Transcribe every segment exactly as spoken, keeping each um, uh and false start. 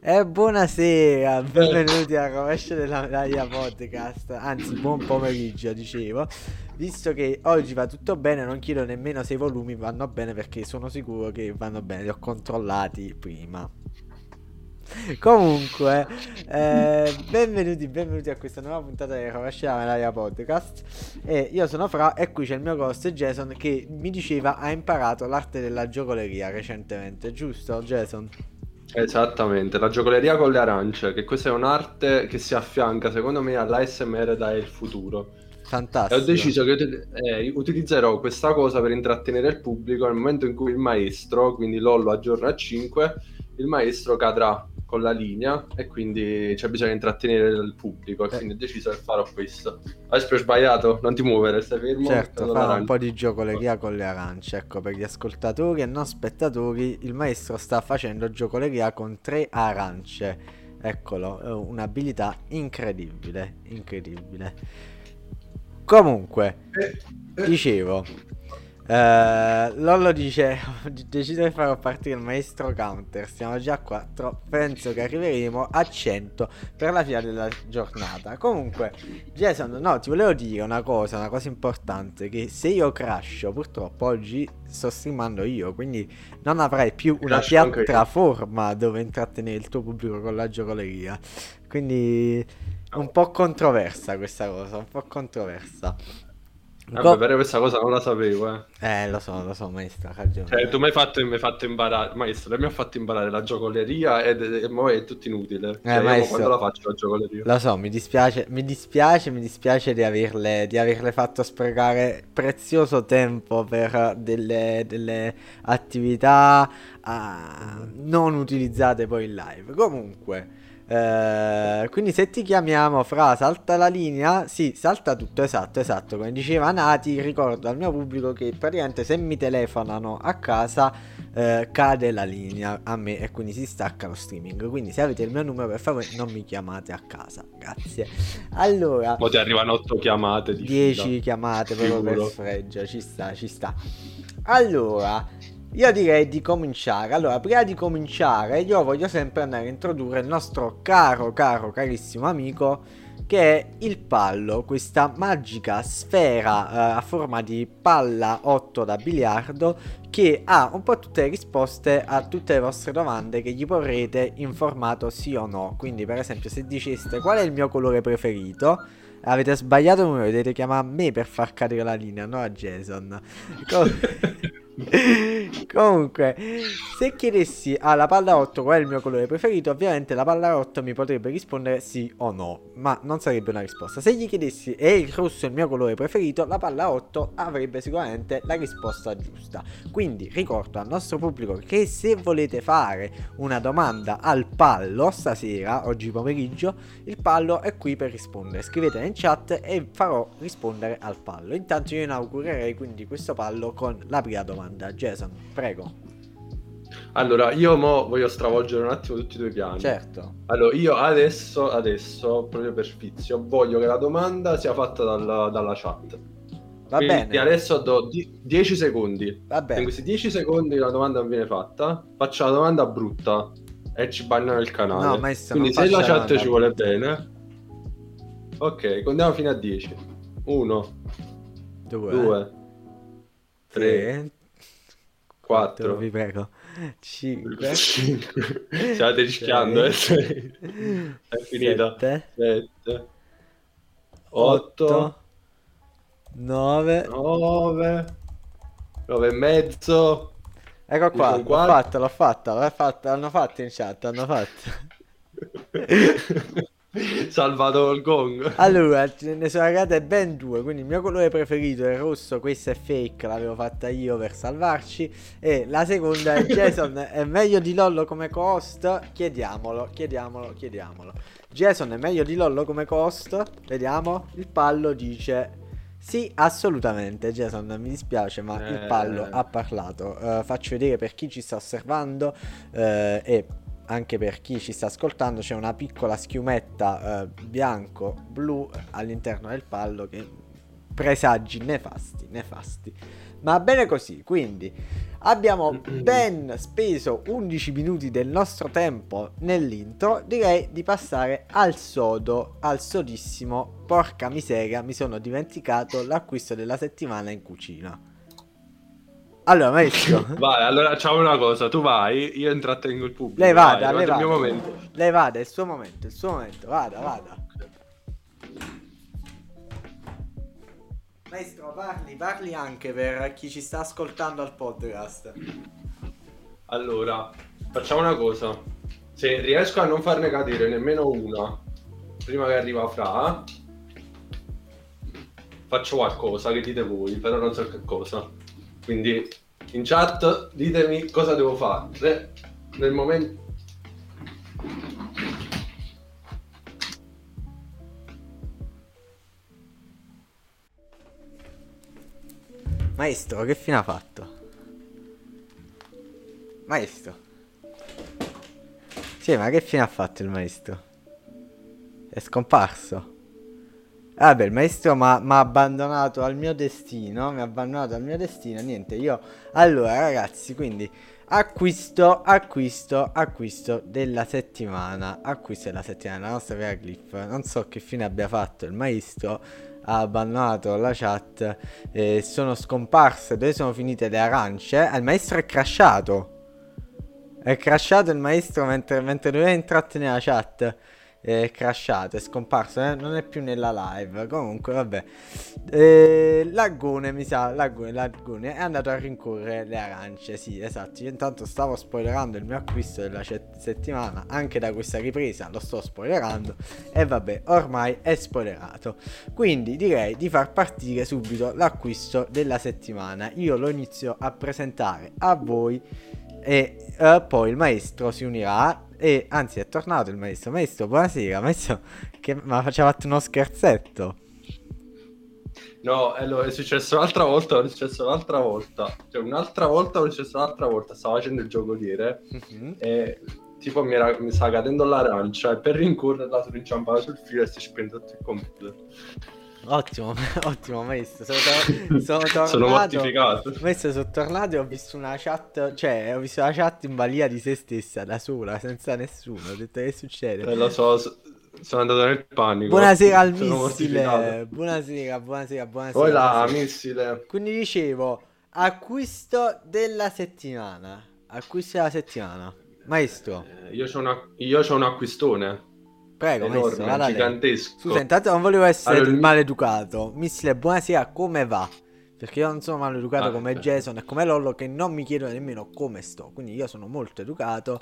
E buonasera, benvenuti a Rovescio della Medaglia Podcast, anzi buon pomeriggio dicevo, visto che oggi va tutto bene non chiedo nemmeno se i volumi vanno bene perché sono sicuro che vanno bene, li ho controllati prima. Comunque, eh, benvenuti, benvenuti a questa nuova puntata di Rovescio della Medaglia Podcast e io sono Fra e qui c'è il mio host Jason che mi diceva ha imparato l'arte della giocoleria recentemente, giusto Jason? Esattamente, la giocoleria con le arance, che questa è un'arte che si affianca secondo me all'A S M R del futuro. Fantastico. E ho deciso che uti- eh, utilizzerò questa cosa per intrattenere il pubblico nel momento in cui il maestro, quindi Lollo aggiorna a cinque, il maestro cadrà con la linea e quindi c'è bisogno di intrattenere il pubblico e Eh. quindi ho deciso che farò questo. Adesso ho sbagliato, non ti muovere, stai fermo. Certo, Prendo fa un l'arancia. po' di giocoleria con le arance. Ecco, per gli ascoltatori e non spettatori, il maestro sta facendo giocoleria con tre arance. Eccolo, è un'abilità incredibile, incredibile. Comunque, Eh, eh. dicevo, eh, Lollo dice, ho deciso di far partire il maestro counter, siamo già a quattro, penso che arriveremo a cento per la fine della giornata. Comunque, Jason, no, ti volevo dire una cosa, una cosa importante, che se io crasho, purtroppo oggi sto streamando io, quindi non avrai più una Crasho anche io. piattaforma dove intrattenere il tuo pubblico con la giocoleria. Quindi un po' controversa questa cosa, un po' controversa. Vabbè, Co- però questa cosa non la sapevo, eh. eh, lo so, lo so, maestro, ha ragione. Cioè, tu mi hai fatto, mi hai fatto imparare, maestro, lei mi ha fatto imparare la giocoleria ed e, mo è tutto inutile. Eh, Cioè, io mo maestro, quando la faccio la giocoleria? lo so, mi dispiace, mi dispiace, mi dispiace di averle, di averle fatto sprecare prezioso tempo per delle, delle attività ah, non utilizzate poi in live. Comunque, eh, quindi se ti chiamiamo Fra, salta la linea, sì, salta tutto, esatto, esatto, come diceva Nati, ricordo al mio pubblico che praticamente se mi telefonano a casa eh, cade la linea a me e quindi si stacca lo streaming, quindi se avete il mio numero per favore non mi chiamate a casa, grazie. Allora, Mo ti arrivano otto chiamate di dieci fila. chiamate proprio per Sicuro. sfregio, ci sta, ci sta. Allora, io direi di cominciare. Allora, prima di cominciare, io voglio sempre andare a introdurre il nostro caro, caro, carissimo amico, che è il Pallo, questa magica sfera eh, a forma di palla otto da biliardo che ha un po' tutte le risposte a tutte le vostre domande che gli porrete in formato sì o no. Quindi, per esempio, se diceste qual è il mio colore preferito, avete sbagliato numero, dovete chiamare me per far cadere la linea, no a Jason. Com- Comunque, se chiedessi alla palla otto qual è il mio colore preferito, ovviamente la palla otto mi potrebbe rispondere sì o no, ma non sarebbe una risposta. Se gli chiedessi è il rosso il mio colore preferito, la palla otto avrebbe sicuramente la risposta giusta. Quindi ricordo al nostro pubblico che se volete fare una domanda al Pallo stasera, oggi pomeriggio, il Pallo è qui per rispondere. Scrivetela in chat e farò rispondere al Pallo. Intanto io inaugurerei quindi questo Pallo con la prima domanda. Jason, prego. Allora, io mo voglio stravolgere un attimo tutti i tuoi piani. Certo. Allora, io adesso, adesso, proprio per sfizio, voglio che la domanda sia fatta dalla, dalla chat. Va Quindi bene. adesso do die- dieci secondi. Va bene. In questi dieci secondi la domanda non viene fatta, faccio la domanda brutta e ci bannano il canale. No, maestro, Quindi non se la faccia chat domanda ci vuole brutta. bene, ok, contiamo fino a dieci. uno, Due, due, tre, tre, quattro, vi prego. cinque, cinque. State rischiando, eh? È finita. sette, sette, otto, otto, nove. nove, nove e mezzo. Ecco qua, Sono l'ho quattro. fatta, l'ho fatta, l'ho fatta, l'hanno fatto in chat, hanno fatto. Salvato il gong. Allora, ce ne sono arrivate ben due, quindi il mio colore preferito è il rosso, questa è fake, l'avevo fatta io per salvarci. E la seconda è Jason, è meglio di Lollo come co-host? Chiediamolo, chiediamolo, chiediamolo. Jason è meglio di Lollo come co-host? Vediamo, il Pallo dice sì, assolutamente. Jason, mi dispiace ma il Pallo Eh. ha parlato. Uh, faccio vedere per chi ci sta osservando uh, e anche per chi ci sta ascoltando c'è una piccola schiumetta eh, bianco-blu all'interno del Pallo che presagi nefasti, nefasti. Ma bene così, quindi abbiamo ben speso undici minuti del nostro tempo nell'intro. Direi di passare al sodo, al sodissimo. Porca miseria, mi sono dimenticato l'acquisto della settimana in cucina. Allora, maestro. Vai, allora facciamo una cosa, tu vai, io intrattengo il pubblico. Lei vada, vai, lei vada. il mio momento. Lei vada, è il suo momento, è il suo momento, vada, vada. Maestro, parli, parli anche per chi ci sta ascoltando al podcast. Allora, facciamo una cosa. Se riesco a non farne cadere nemmeno una prima che arriva Fra, faccio qualcosa che dite voi, però non so che cosa. Quindi in chat ditemi cosa devo fare nel momento. Maestro, che fine ha fatto? Maestro. Sì, ma che fine ha fatto il maestro? È scomparso. Vabbè, il maestro mi ha abbandonato al mio destino. Mi ha abbandonato al mio destino. Niente, io... Allora, ragazzi, quindi... Acquisto, acquisto, acquisto della settimana. Acquisto della settimana, la nostra vera clip. Non so che fine abbia fatto il maestro. Ha abbandonato la chat. eh, Sono scomparse. Dove sono finite le arance? Ah, il maestro è crashato. È crashato il maestro mentre, mentre doveva intrattenere la chat. È crashato, è scomparso, eh? Non è più nella live. Comunque vabbè, eh, Lagone mi sa, Lagone, Lagone è andato a rincorrere le arance. Sì, esatto, io intanto stavo spoilerando il mio acquisto della cet- settimana. Anche da questa ripresa lo sto spoilerando. E vabbè, ormai è spoilerato. Quindi direi di far partire subito l'acquisto della settimana. Io lo inizio a presentare a voi e uh, poi il maestro si unirà. E anzi è tornato il maestro. Maestro, buonasera. Maestro, che ma faceva fatto uno scherzetto. No, allora, è successo l'altra volta, è successo l'altra volta. Cioè un'altra volta, è successo l'altra volta. Stavo facendo il giocoliere mm-hmm. e tipo mi, era, mi stava cadendo l'arancia e per rincorrerla sono inciampato sul filo e si è spento tutto il computer. Ottimo, ottimo maestro. Sono, to- sono tornato. Sono mortificato. Maestro, sono tornato e ho visto una chat. Cioè, ho visto la chat in balia di se stessa da sola, senza nessuno. Ho detto che succede. Eh, lo so, sono andato nel panico. Buonasera al missile. Buonasera, buonasera, buonasera. Poi la missile. Quindi dicevo, acquisto della settimana. Acquisto della settimana. Maestro. Eh, io c'ho una, io c'ho un acquistone. Prego, enorme, maestro, gigantesco. Scusa, intanto non volevo essere allora, maleducato. Missile, buonasera, come va? Perché io non sono maleducato ah, come eh. Jason e come Lollo, che non mi chiedono nemmeno come sto. Quindi io sono molto educato.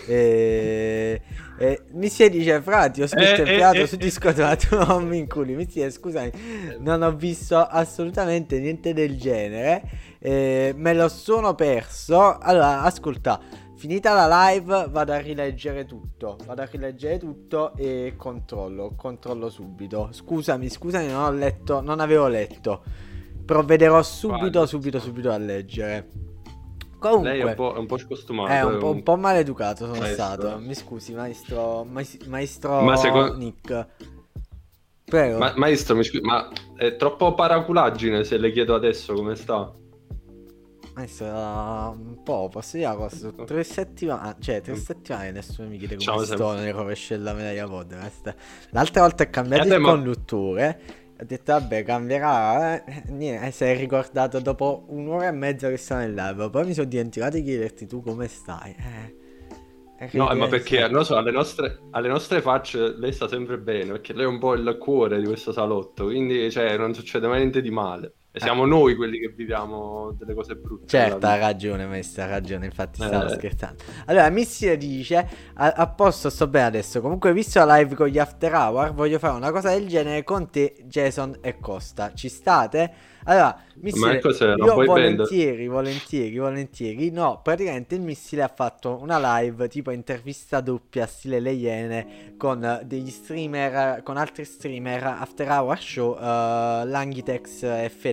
e... e Missile dice, Fra, ti ho scritto eh, inviato eh, su eh, Discord, ma tu non mi inculi. Missile, scusami, non ho visto assolutamente niente del genere. Eh, me lo sono perso. Allora, ascolta. Finita la live vado a rileggere tutto. Vado a rileggere tutto e controllo. Controllo subito. Scusami, scusami, non ho letto. Non avevo letto. Provvederò subito, Quale? subito, subito a leggere. Comunque, lei è un po', è un po' scostumato. È un po', un po' maleducato sono maestro. stato. Mi scusi, maestro. Maestro ma secondo... Nick. Prego. Ma, maestro, mi scusi, ma è troppo paraculaggine se le chiedo adesso come sta? Maestro, un po', posso dire una cosa, tre settimane, cioè tre settimane nessuno mi chiede come sto nel rovescio della medaglia podcast. L'altra volta è cambiato eh, il ma... conduttore, ho detto vabbè cambierà, eh, niente, si è ricordato dopo un'ora e mezza che sta nel live, poi mi sono dimenticato di chiederti tu come stai, eh. No, ma perché non so, alle nostre, alle nostre facce lei sta sempre bene, perché lei è un po' il cuore di questo salotto, quindi cioè non succede mai niente di male. E siamo eh. noi quelli che viviamo delle cose brutte. Certo, ha ragione, maestro, ha ragione, infatti stavo eh. scherzando. Allora, Missile dice, a, a posto, sto bene adesso. Comunque, visto la live con gli After Hour, voglio fare una cosa del genere con te, Jason e Costa. Ci state? Allora, Missile, io volentieri, volentieri, volentieri. No, praticamente il Missile ha fatto una live tipo intervista doppia stile Le Iene con degli streamer, con altri streamer, After Hour Show, uh, Langhitex e Fede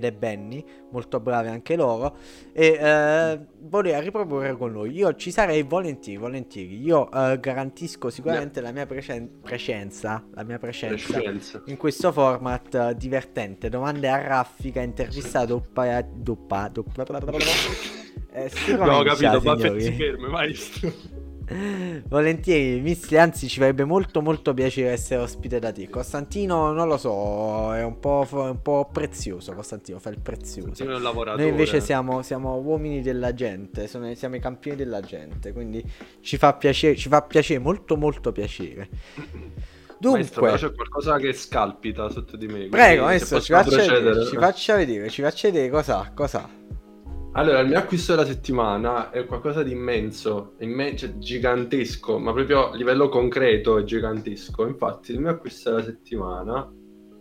e Benny, molto bravi anche loro, e eh, voleva riproporre con noi. Io ci sarei volentieri, volentieri. Io eh, garantisco sicuramente la mia precen- presenza, la mia presenza Prescienza. in questo format eh, divertente. Domande a raffica, intervista doppa, doppa, doppa, eh, si Abbiamo comincia, capito, signori. Buffett si ferma, maestro. Volentieri, Missile, anzi ci farebbe molto molto piacere essere ospite da te. Costantino, non lo so, è un po', è un po' prezioso. Costantino fa il prezioso. Costantino è un lavoratore. Noi invece siamo, siamo uomini della gente, sono- siamo i campioni della gente, quindi ci fa piacere, ci fa piacere, molto molto piacere. Dunque, Maestro, però c'è qualcosa che scalpita sotto di me. prego, quindi se adesso ci possiamo faccia, vedere, procedere. ci faccia vedere, ci faccia vedere cosa, cosa. Allora, il mio acquisto della settimana è qualcosa di immenso, immen- cioè, gigantesco, ma proprio a livello concreto è gigantesco. Infatti, il mio acquisto della settimana...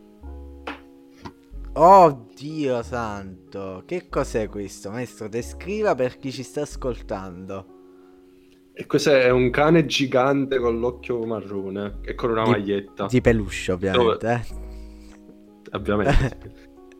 Oh Dio santo, che cos'è questo, maestro? Descriva per chi ci sta ascoltando. E questo è un cane gigante con l'occhio marrone e con una Di- maglietta. Di peluche, ovviamente. eh. Ovviamente.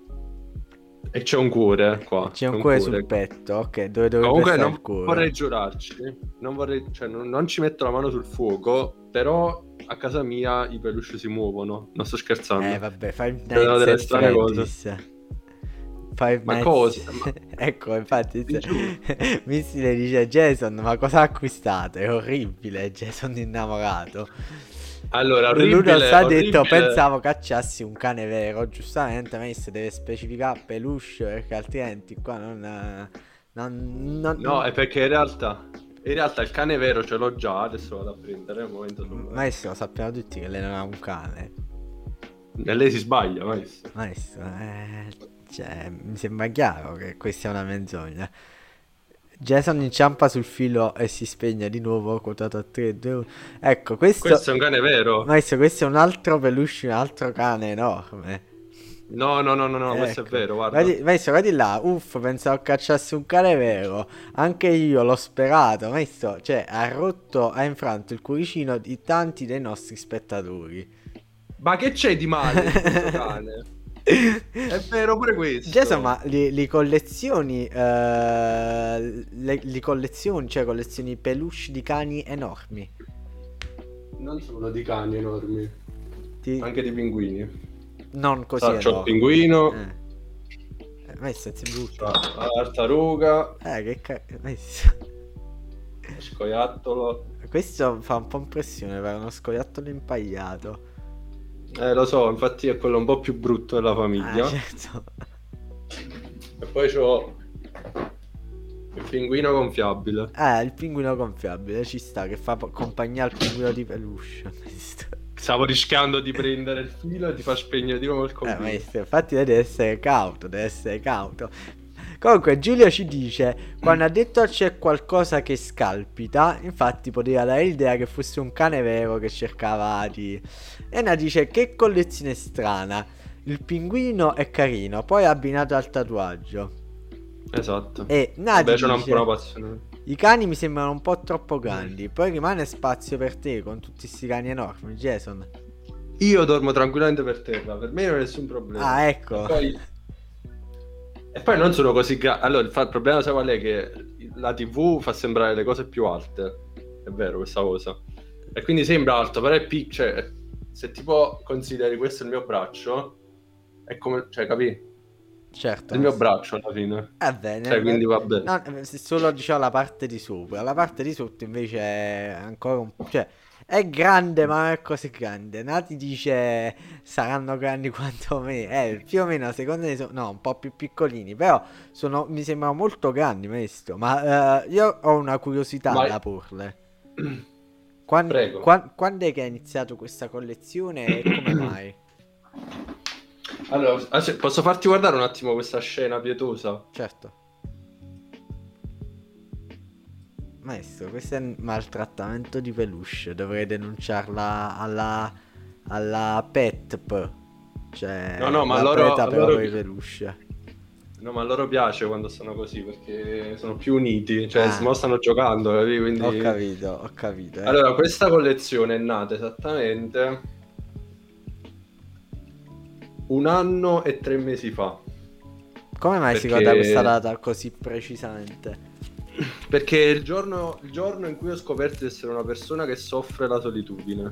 E c'è un cuore qua. C'è un cuore sul petto, ok, dove dovrebbe Comunque stare non il cuore? vorrei giurarci, non vorrei, cioè non, non ci metto la mano sul fuoco, però a casa mia i peluche si muovono, non sto scherzando. Eh vabbè, Five Vedono Nights delle at strane Freddy's. Five Ma Nights- cosa? Ma- Ecco, infatti Ti giuro. Missile dice Jason, ma cosa acquistate? È orribile, Jason innamorato. Allora, Lui orribile, non sa orribile. detto, pensavo cacciassi un cane vero, giustamente, ma si deve specificare peluche, perché altrimenti qua non... non, non- No, è perché in realtà, in realtà il cane vero ce l'ho già, adesso vado a prendere un momento solo. Maestro, sappiamo tutti che lei non ha un cane. E lei si sbaglia, maestro. Maestro, eh, cioè, mi sembra chiaro che questa è una menzogna. Jason inciampa sul filo e si spegne di nuovo, quotato a tre, due, uno. Ecco, questo... Questo è un cane vero? Maestro, questo è un altro peluche, un altro cane enorme. No, no, no, no, no, questo è Ecco. vero, guarda. Guardi- maestro, guardi là, uff, pensavo cacciassi un cane vero. Anche io l'ho sperato, maestro. Cioè, ha rotto, ha infranto il cuoricino di tanti dei nostri spettatori. Ma che c'è di male in questo cane? È vero pure questo. Jason, ma li, li collezioni, eh, le- li collezioni, cioè collezioni peluche di cani enormi. Non solo di cani enormi, Ti- anche di pinguini. Non così Ah, c'ho il enormi. pinguino, Eh. Eh, maestro, si butta. c'ho la tartaruga, Eh, che cazzo. Maestro. lo scoiattolo. Questo fa un po' impressione per uno scoiattolo impagliato. Eh, lo so, infatti è quello un po' più brutto della famiglia. Ah, certo. E poi c'ho il pinguino gonfiabile. Eh, il pinguino gonfiabile ci sta, che fa po- compagnia al pinguino di peluche. maestro. Stavo rischiando di prendere il filo e di far spegnere di nuovo il Eh, computer. maestro, infatti lei deve essere cauto, deve essere cauto. Comunque Giulio ci dice, quando ha detto c'è qualcosa che scalpita, infatti poteva dare l'idea che fosse un cane vero che cercava di... Ena dice, che collezione strana, il pinguino è carino, poi abbinato al tatuaggio. Esatto. E Nati Vabbè, c'è un dice, po' una passione. i cani mi sembrano un po' troppo grandi, poi rimane spazio per te con tutti sti cani enormi, Jason. Io dormo tranquillamente per terra, per me non è nessun problema. Ah, ecco. E poi, e poi non sono così grandi. Allora, il, fa- il problema, sai qual è? Che la tivù fa sembrare le cose più alte. È vero questa cosa. E quindi sembra alto, però è piccolo. Cioè, se tipo consideri questo il mio braccio, è come... Cioè, capì? Certo. È il mio braccio alla fine. Va bene. Cioè, quindi va bene. No, eh, se solo diciamo la parte di sopra. La parte di sotto invece è ancora un po'. Cioè, è grande, ma non è così grande. Nati dice saranno grandi quanto me. Eh, più o meno, secondo me sono. No, un po' più piccolini. Però sono, mi sembrano molto grandi, maestro. Ma eh, io ho una curiosità Ma- da porle. Quan- Prego. quan- quando è che hai iniziato questa collezione e come mai? Allora, ah, se- posso farti guardare un attimo questa scena pietosa? Certo. Maestro, questo è un maltrattamento di peluche. Dovrei denunciarla alla alla PETP. Cioè, No, no, ma la loro- PETA per loro- i peluche. No, ma a loro piace quando stanno così perché sono più uniti, cioè Ah. mo stanno giocando, capi? Quindi... Ho capito, ho capito. eh. Allora, questa collezione è nata esattamente un anno e tre mesi fa. Come mai perché... si ricorda questa data così precisamente? Perché il giorno, il giorno in cui ho scoperto di essere una persona che soffre la solitudine.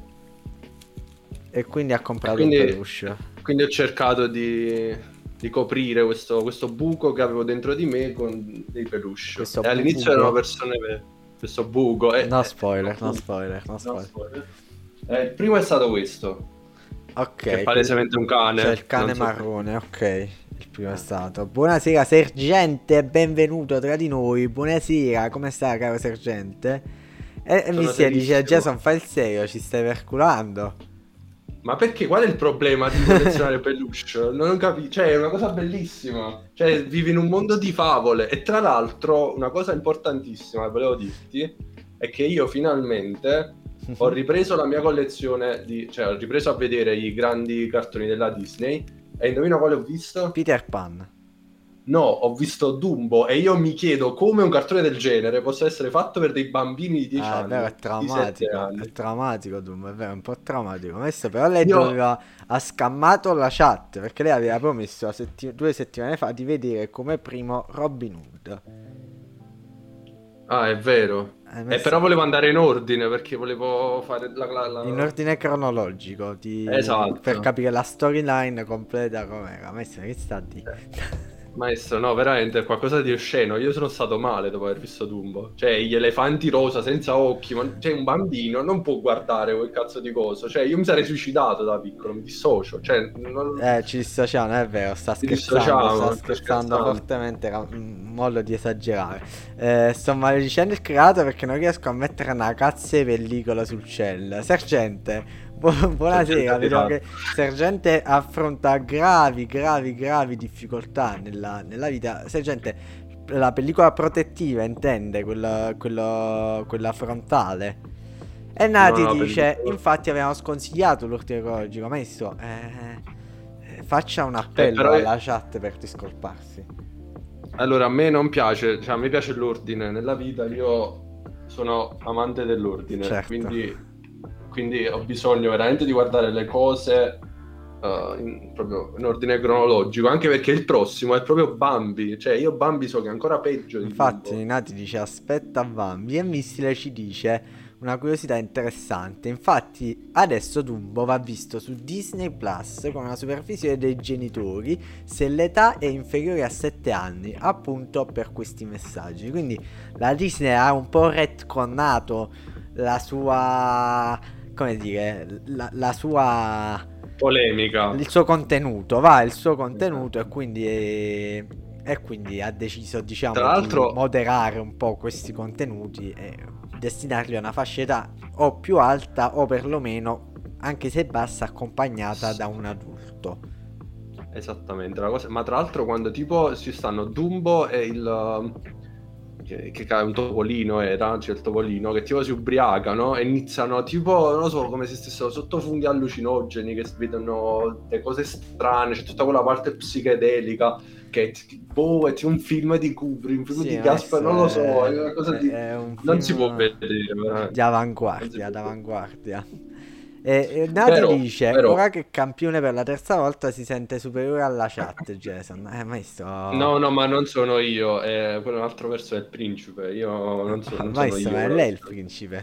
E quindi ha comprato quindi, un peluche. Quindi ho cercato di, di coprire questo, questo buco che avevo dentro di me con dei peluche. Questo e all'inizio buco. erano persone per questo buco. Eh, no, eh, spoiler, no, no spoiler, no spoiler, no spoiler. Eh, il primo è stato questo. Ok. Che è palesemente un cane. Cioè il cane so marrone, se... ok. Il primo è stato. Buonasera sergente, benvenuto tra di noi. Buonasera, come sta caro sergente? E, e mi si dice Jason fa il serio, ci stai perculando. Ma perché? Qual è il problema di collezionare peluche? Non capisco, cioè è una cosa bellissima. Cioè vivi in un mondo di favole. E tra l'altro una cosa importantissima che volevo dirti è che io finalmente ho ripreso la mia collezione di... Cioè ho ripreso a vedere i grandi cartoni della Disney. E indovina quale ho visto? Peter Pan. No, ho visto Dumbo e io mi chiedo come un cartone del genere possa essere fatto per dei bambini di dieci ah, anni. È vero, è traumatico, anni. è traumatico Dumbo, è vero, è un po' traumatico. Adesso però lei io... doveva, ha scammato la chat perché lei aveva promesso setti... due settimane fa di vedere come primo Robin Hood. Ah, è vero. Eh, però volevo andare in ordine perché volevo fare la, la, la... in ordine cronologico di... esatto, per capire la storyline completa com'era. Maestro, che sta di? Maestro, no, veramente è qualcosa di osceno. Io sono stato male dopo aver visto Dumbo. Cioè, gli elefanti rosa senza occhi. Ma... Cioè, un bambino non può guardare quel cazzo di coso. Cioè, io mi sarei suicidato da piccolo, mi dissocio. Cioè, non... Eh, ci dissociamo, è vero, sta scherzando, sta scherzando fortemente, era un modo di esagerare. Eh, sto maledicendo il creato perché non riesco a mettere una cazzo di pellicola sul cielo. Sergente... Bu- buonasera, vedo che Sergente affronta gravi, gravi, gravi difficoltà nella, nella vita. Sergente, la pellicola protettiva intende, quella, quella, quella frontale. E Nati no, no, dice, pellicola. Infatti avevamo sconsigliato l'ordine ecologico, maestro, eh, faccia un appello eh, alla è... chat per discolparsi. Allora, a me non piace, cioè a me piace l'ordine nella vita, io sono amante dell'ordine, certo. quindi... Quindi ho bisogno veramente di guardare le cose uh, in, proprio in ordine cronologico, anche perché il prossimo è proprio Bambi. Cioè io Bambi so che è ancora peggio di Infatti Dumbo. Nati dice aspetta Bambi e Missile ci dice una curiosità interessante. Infatti adesso Dumbo va visto su Disney Plus con una supervisione dei genitori se l'età è inferiore a sette anni, appunto per questi messaggi. Quindi la Disney ha un po' retconnato la sua... come dire, la, la sua polemica, il suo contenuto, va, il suo contenuto e quindi è, e quindi ha deciso, diciamo, tra l'altro, di moderare un po' questi contenuti e destinarli a una fascia età o più alta o perlomeno, anche se bassa, accompagnata da un adulto. Esattamente, la cosa, ma tra l'altro quando tipo ci stanno Dumbo e il... che, che un topolino era, c'è il topolino che tipo si ubriacano e iniziano tipo, non lo so, come se stessero sotto funghi allucinogeni che vedono le cose strane, c'è tutta quella parte psichedelica che boh, è tipo un film di Kubrick, un film sì, di Gaspar, non lo so, è una cosa è, di... È un non si può vedere veramente. Di avanguardia, d'avanguardia. E, e Nati però, dice però... ora che campione per la terza volta si sente superiore alla chat. Jason, eh, maestro, no no ma non sono io, eh, quello è un altro verso del principe, io non, so, non maestro, sono io, ma è lei il principe.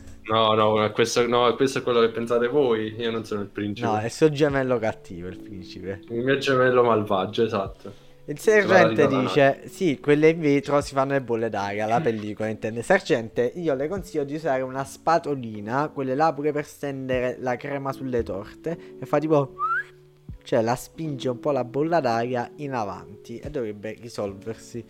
No no questo, no questo è quello che pensate voi, io non sono il principe, no, è il suo gemello cattivo il principe, il mio gemello malvagio, esatto. Il sergente dice sì, quelle in vetro si fanno le bolle d'aria, la pellicola intende. Sergente, io le consiglio di usare una spatolina, quelle là pure per stendere la crema sulle torte, e fa tipo, cioè la spinge un po' la bolla d'aria in avanti e dovrebbe risolversi.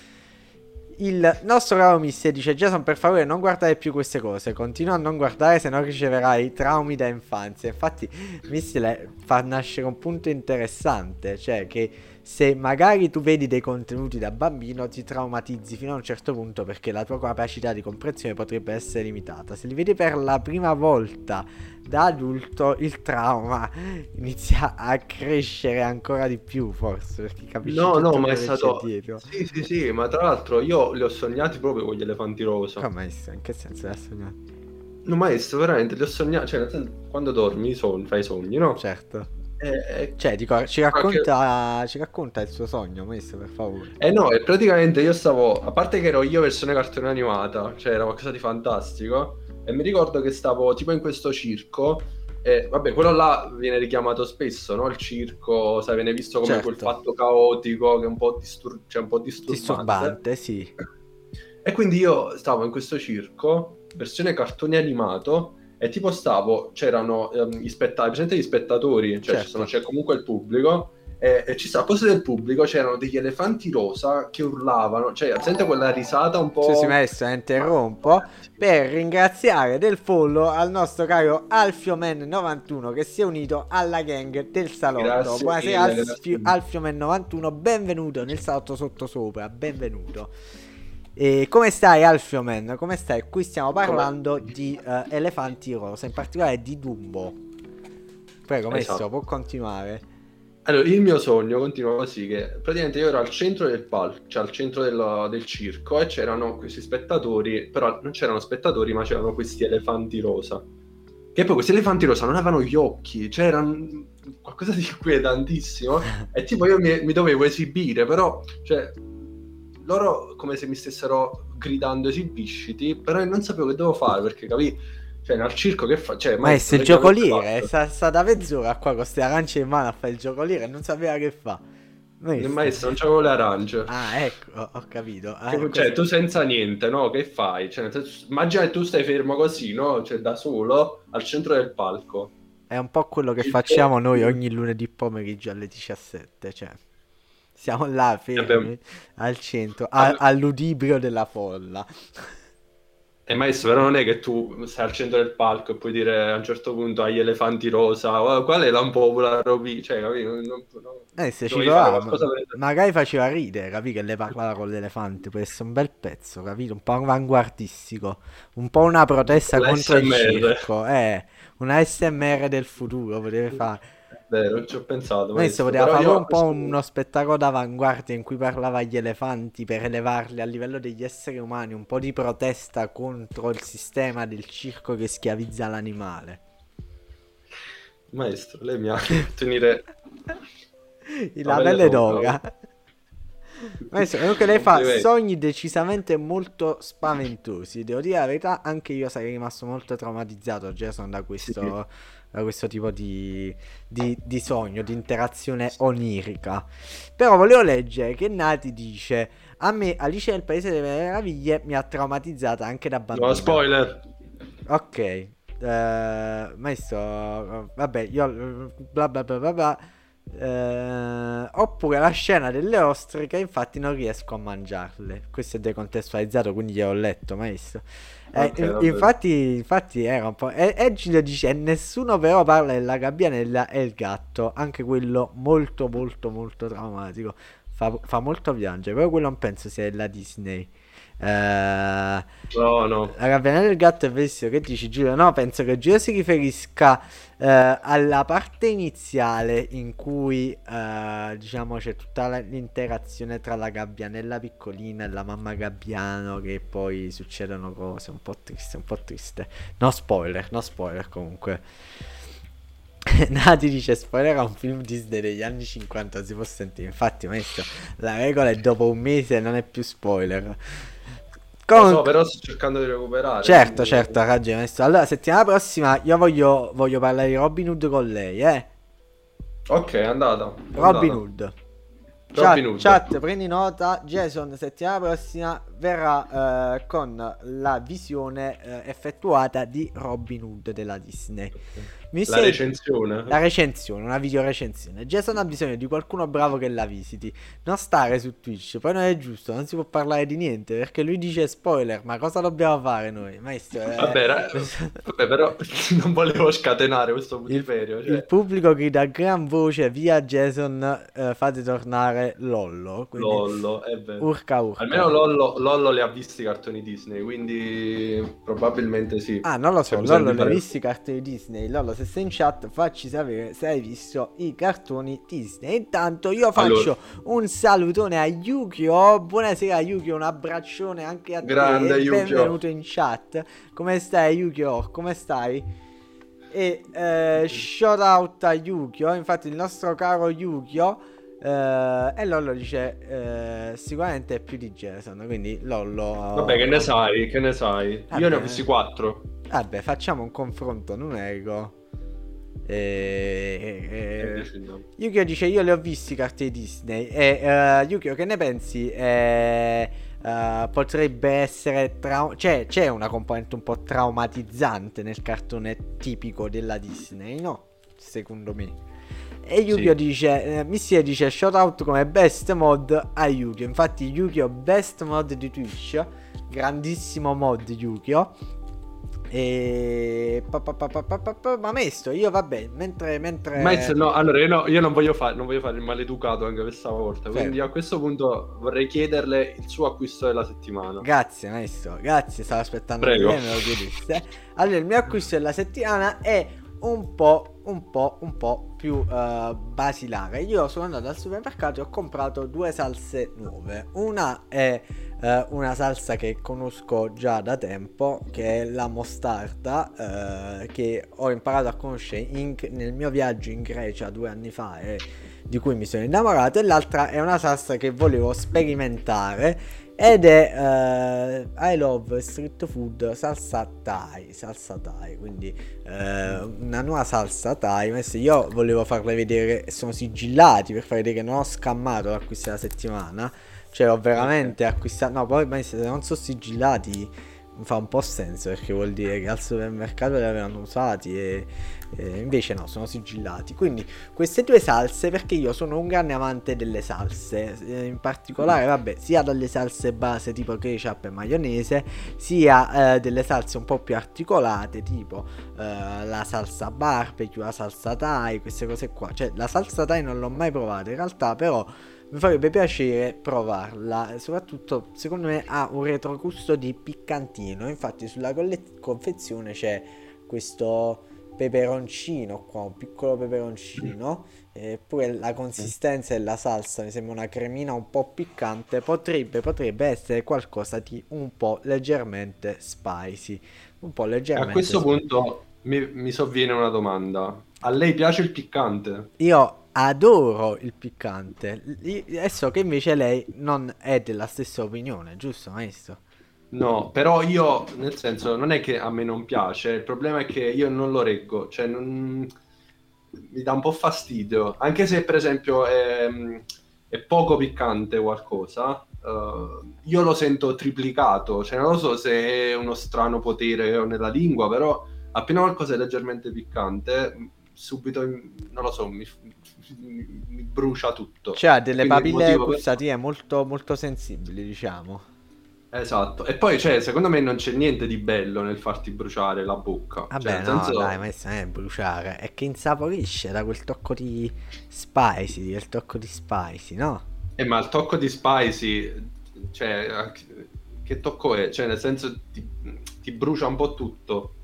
Il nostro caro Missy dice Jason, per favore non guardare più queste cose, continua a non guardare se no riceverai traumi da infanzia. Infatti Missy fa nascere un punto interessante, cioè che se magari tu vedi dei contenuti da bambino ti traumatizzi fino a un certo punto perché la tua capacità di comprensione potrebbe essere limitata. Se li vedi per la prima volta da adulto il trauma inizia a crescere ancora di più, forse, perché capisci no tutto no ma è c'è stato dietro. sì sì sì ma tra l'altro io li ho sognati proprio con gli elefanti rosa. Come maestro? In che senso li hai sognati? No maestro, veramente li ho sognati, cioè nel senso, quando dormi sogni, fai sogni, no? Certo. Eh, Cioè, dico, ci qualche- racconta, ci racconta il suo sogno, maestro, per favore. Eh no, e praticamente io stavo, a parte che ero io versione cartone animata, cioè era qualcosa di fantastico, e mi ricordo che stavo tipo in questo circo, e vabbè, quello là viene richiamato spesso, no? Il circo, sai, viene visto come quel Certo, fatto caotico che è un po', distur- cioè, un po' disturbante. disturbante, sì. E quindi io stavo in questo circo, versione cartone animato, e tipo stavo, c'erano ehm, gli spettatori, presente gli spettatori, cioè ci sono, Certo. c'è comunque il pubblico, e, e ci sta, a posto del pubblico c'erano degli elefanti rosa che urlavano, cioè sente quella risata un Sì, sì, po'... maestro, la interrompo per ringraziare del follow al nostro caro Alfioman novantuno che si è unito alla gang del salotto. Grazie Buonasera mille, grazie Alfio- mille. Alfioman novantuno, benvenuto nel salotto sottosopra, benvenuto. E come stai Alfioman? Come stai? Qui stiamo parlando Come... di eh, elefanti rosa, in particolare di Dumbo. Prego, maestro, Esatto. può continuare. Allora, il mio sogno continua così, che praticamente io ero al centro del palco, cioè al centro del, del circo, e c'erano questi spettatori, però non c'erano spettatori, ma c'erano questi elefanti rosa. Che poi questi elefanti rosa non avevano gli occhi, cioè erano qualcosa di inquietantissimo, e tipo io mi, mi dovevo esibire, però, cioè, loro come se mi stessero gridando esibisciti, però io non sapevo che dovevo fare, perché capì? Cioè, nel circo che fa? Cioè, Maestro, maestro, il lei che avete giocoliere, fatto? sta, sta da mezz'ora qua con queste arance in mano a fare il giocoliere e non sapeva che fa. Il Maestro. maestro non c'avevo le arance. Ah, ecco, ho, ho capito. Ah, Che- cioè, questo- tu senza niente, no? Che fai? Cioè, nel senso, immagina che tu stai fermo così, no? Cioè, da solo, al centro del palco. È un po' quello che Il facciamo noi tuo- ogni lunedì pomeriggio alle diciassette, cioè siamo là Vabbè, fermi al centro, a- vabbè. all'udibrio della folla. E maestro, però non è che tu stai al centro del palco e puoi dire a un certo punto agli elefanti rosa, "Oh, qual è l'unpopular opinion?" Cioè, capito? Non, non, non- Eh, se ci dovevi fare provava, ma- qualcosa per... magari faceva ridere, capì che lei parlava con l'elefante, può essere un bel pezzo, capito? Un po' avanguardistico, un po' una protesta contro il l'A S M R. circo, eh, una A S M R del futuro poteva fare. È vero, non ci ho pensato, Questo maestro. poteva Però fare io proprio a un po' questo punto... uno spettacolo d'avanguardia in cui parlava agli elefanti per elevarli a livello degli esseri umani, un po' di protesta contro il sistema del circo che schiavizza l'animale. Maestro, lei mi ha fatto venire La la pelle pelle d'oca. d'oca. Maestro, comunque lei fa Complimenti. sogni decisamente molto spaventosi. Devo dire la verità, anche io sarei rimasto molto traumatizzato, Jason, da Sì. questo, da questo tipo di, di, di sogno, di interazione onirica. Però volevo leggere che Nati dice: a me Alice nel Paese delle Meraviglie mi ha traumatizzata anche da bambina. No, spoiler. Ok, eh, maestro, vabbè, io bla bla bla bla bla. Eh, oppure la scena delle ostriche, infatti non riesco a mangiarle. Questo è decontestualizzato, quindi gliel'ho letto, maestro. Eh, Ok, in- va bene. infatti, infatti era un po'. E Egidio dice: "E nessuno però parla della gabbianella e il gatto. Anche quello molto, molto, molto traumatico. Fa, fa molto piangere. Però quello non penso sia della Disney. Eh, la No, no. gabbianella e il gatto è verissimo. Che dici, Giulio? No, penso che Giulio si riferisca eh, alla parte iniziale in cui eh, diciamo c'è tutta la- l'interazione tra la gabbianella piccolina e la mamma gabbiano, che poi succedono cose un po' triste, un po' triste. No spoiler, no spoiler comunque. Nati dice spoiler a un film Disney degli anni cinquanta, si può sentire. Infatti, maestro, la regola è dopo un mese non è più spoiler. Lo Comunque, so, però sto cercando di recuperare. certo, quindi- certo, ha ragione, maestro. Allora, settimana prossima io voglio, voglio parlare di Robin Hood con lei, eh. Ok, è andata. È Robin andata. Hood. Robin Chat, Hood. chat, prendi nota. Jason, settimana prossima verrà eh, con la visione eh, effettuata di Robin Hood della Disney. Mi La sei- recensione. La recensione, una video recensione. Jason ha bisogno di qualcuno bravo che la visiti. Non stare su Twitch. Poi non è giusto, non si può parlare di niente. Perché lui dice spoiler. Ma cosa dobbiamo fare noi? Maestro, eh, Vabbè, ra- vabbè, però non volevo scatenare questo il, putiferio. Cioè, il pubblico grida a gran voce: via Jason, eh, fate tornare Lollo. Quindi Lollo, è vero. urca urca. Almeno Lollo, Lollo le ha visti i cartoni Disney, quindi probabilmente sì. Ah, non lo C'è so, bisogno Lollo, di l'hai fare- visto i cartoni Disney? Lollo, se sei in chat, facci sapere se hai visto i cartoni Disney. Intanto io faccio Allora. un salutone a Yukio. Buonasera Yukio, un abbraccione anche a Grande te. Yukio. Benvenuto in chat. Come stai Yukio? Come stai? E eh, shout out a Yukio. Infatti il nostro caro Yukio eh, e Lollo dice eh, sicuramente è più di Jason. Quindi Lollo, Vabbè, che ne sai, che ne sai? Vabbè. Io ne ho visti quattro. Vabbè, facciamo un confronto numerico. E, e, e... Yukio dice io le ho visti i cartoni Disney. E uh, Yukio, che ne pensi? Eh, uh, potrebbe essere trau- cioè c'è una componente un po' traumatizzante nel cartone tipico della Disney, no? Secondo me. E Yukio sì. dice eh, Missia dice shout out come best mod a Yukio. Infatti Yukio best mod di Twitch, grandissimo mod Yukio. E pa, pa, pa, pa, pa, pa, ma Mesto, io vabbè, mentre mentre Maestro, no, allora io, no, io non voglio fare non voglio fare il maleducato anche questa volta, quindi a questo punto vorrei chiederle il suo acquisto della settimana. Grazie maestro, grazie, stavo aspettando Prego. che me lo chiedesse. Allora il mio acquisto della settimana è un po' un po' un po' più uh, basilare. Io sono andato al supermercato e ho comprato due salse nuove. Una è uh, una salsa che conosco già da tempo, che è la mostarda, uh, che ho imparato a conoscere in, nel mio viaggio in Grecia due anni fa e di cui mi sono innamorato. E l'altra è una salsa che volevo sperimentare ed è uh, I love street food salsa Thai, salsa Thai, quindi uh, una nuova salsa Thai. Io volevo farle vedere, sono sigillati per far vedere che non ho scammato l'acquisto della settimana, cioè ho veramente okay. acquistato, no poi ma se non sono sigillati fa un po' senso, perché vuol dire che al supermercato li avevano usati e, e invece no, sono sigillati. Quindi queste due salse, perché io sono un grande amante delle salse, in particolare vabbè sia dalle salse base tipo ketchup e maionese, sia eh, delle salse un po' più articolate tipo eh, la salsa barbecue, la salsa Thai, queste cose qua. Cioè la salsa Thai non l'ho mai provata in realtà, però mi farebbe piacere provarla, soprattutto secondo me ha un retrogusto di piccantino. Infatti sulla colle- confezione c'è questo peperoncino qua, un piccolo peperoncino, eppure la consistenza della salsa mi sembra una cremina un po' piccante. Potrebbe, potrebbe essere qualcosa di un po' leggermente spicy, un po' leggermente A questo spicy. punto mi, mi sovviene una domanda: a lei piace il piccante? Io adoro il piccante. E so che invece lei non è della stessa opinione, giusto maestro? No, però io, nel senso, non è che a me non piace, il problema è che io non lo reggo, cioè non... mi dà un po' fastidio, anche se per esempio è, è poco piccante qualcosa, uh, io lo sento triplicato, cioè non lo so se è uno strano potere che ho nella lingua, però appena qualcosa è leggermente piccante, subito, non lo so, mi, mi, mi brucia tutto. Cioè ha delle papille per... gustative molto, molto sensibili, diciamo. Esatto, e poi cioè, secondo me non c'è niente di bello nel farti bruciare la bocca. Vabbè, cioè, nel no, senso... dai, ma questo non è bruciare, è che insaporisce da quel tocco di spicy, quel tocco di spicy, no? Eh, ma il tocco di spicy, cioè, che tocco è? Cioè, nel senso, ti, ti brucia un po' tutto.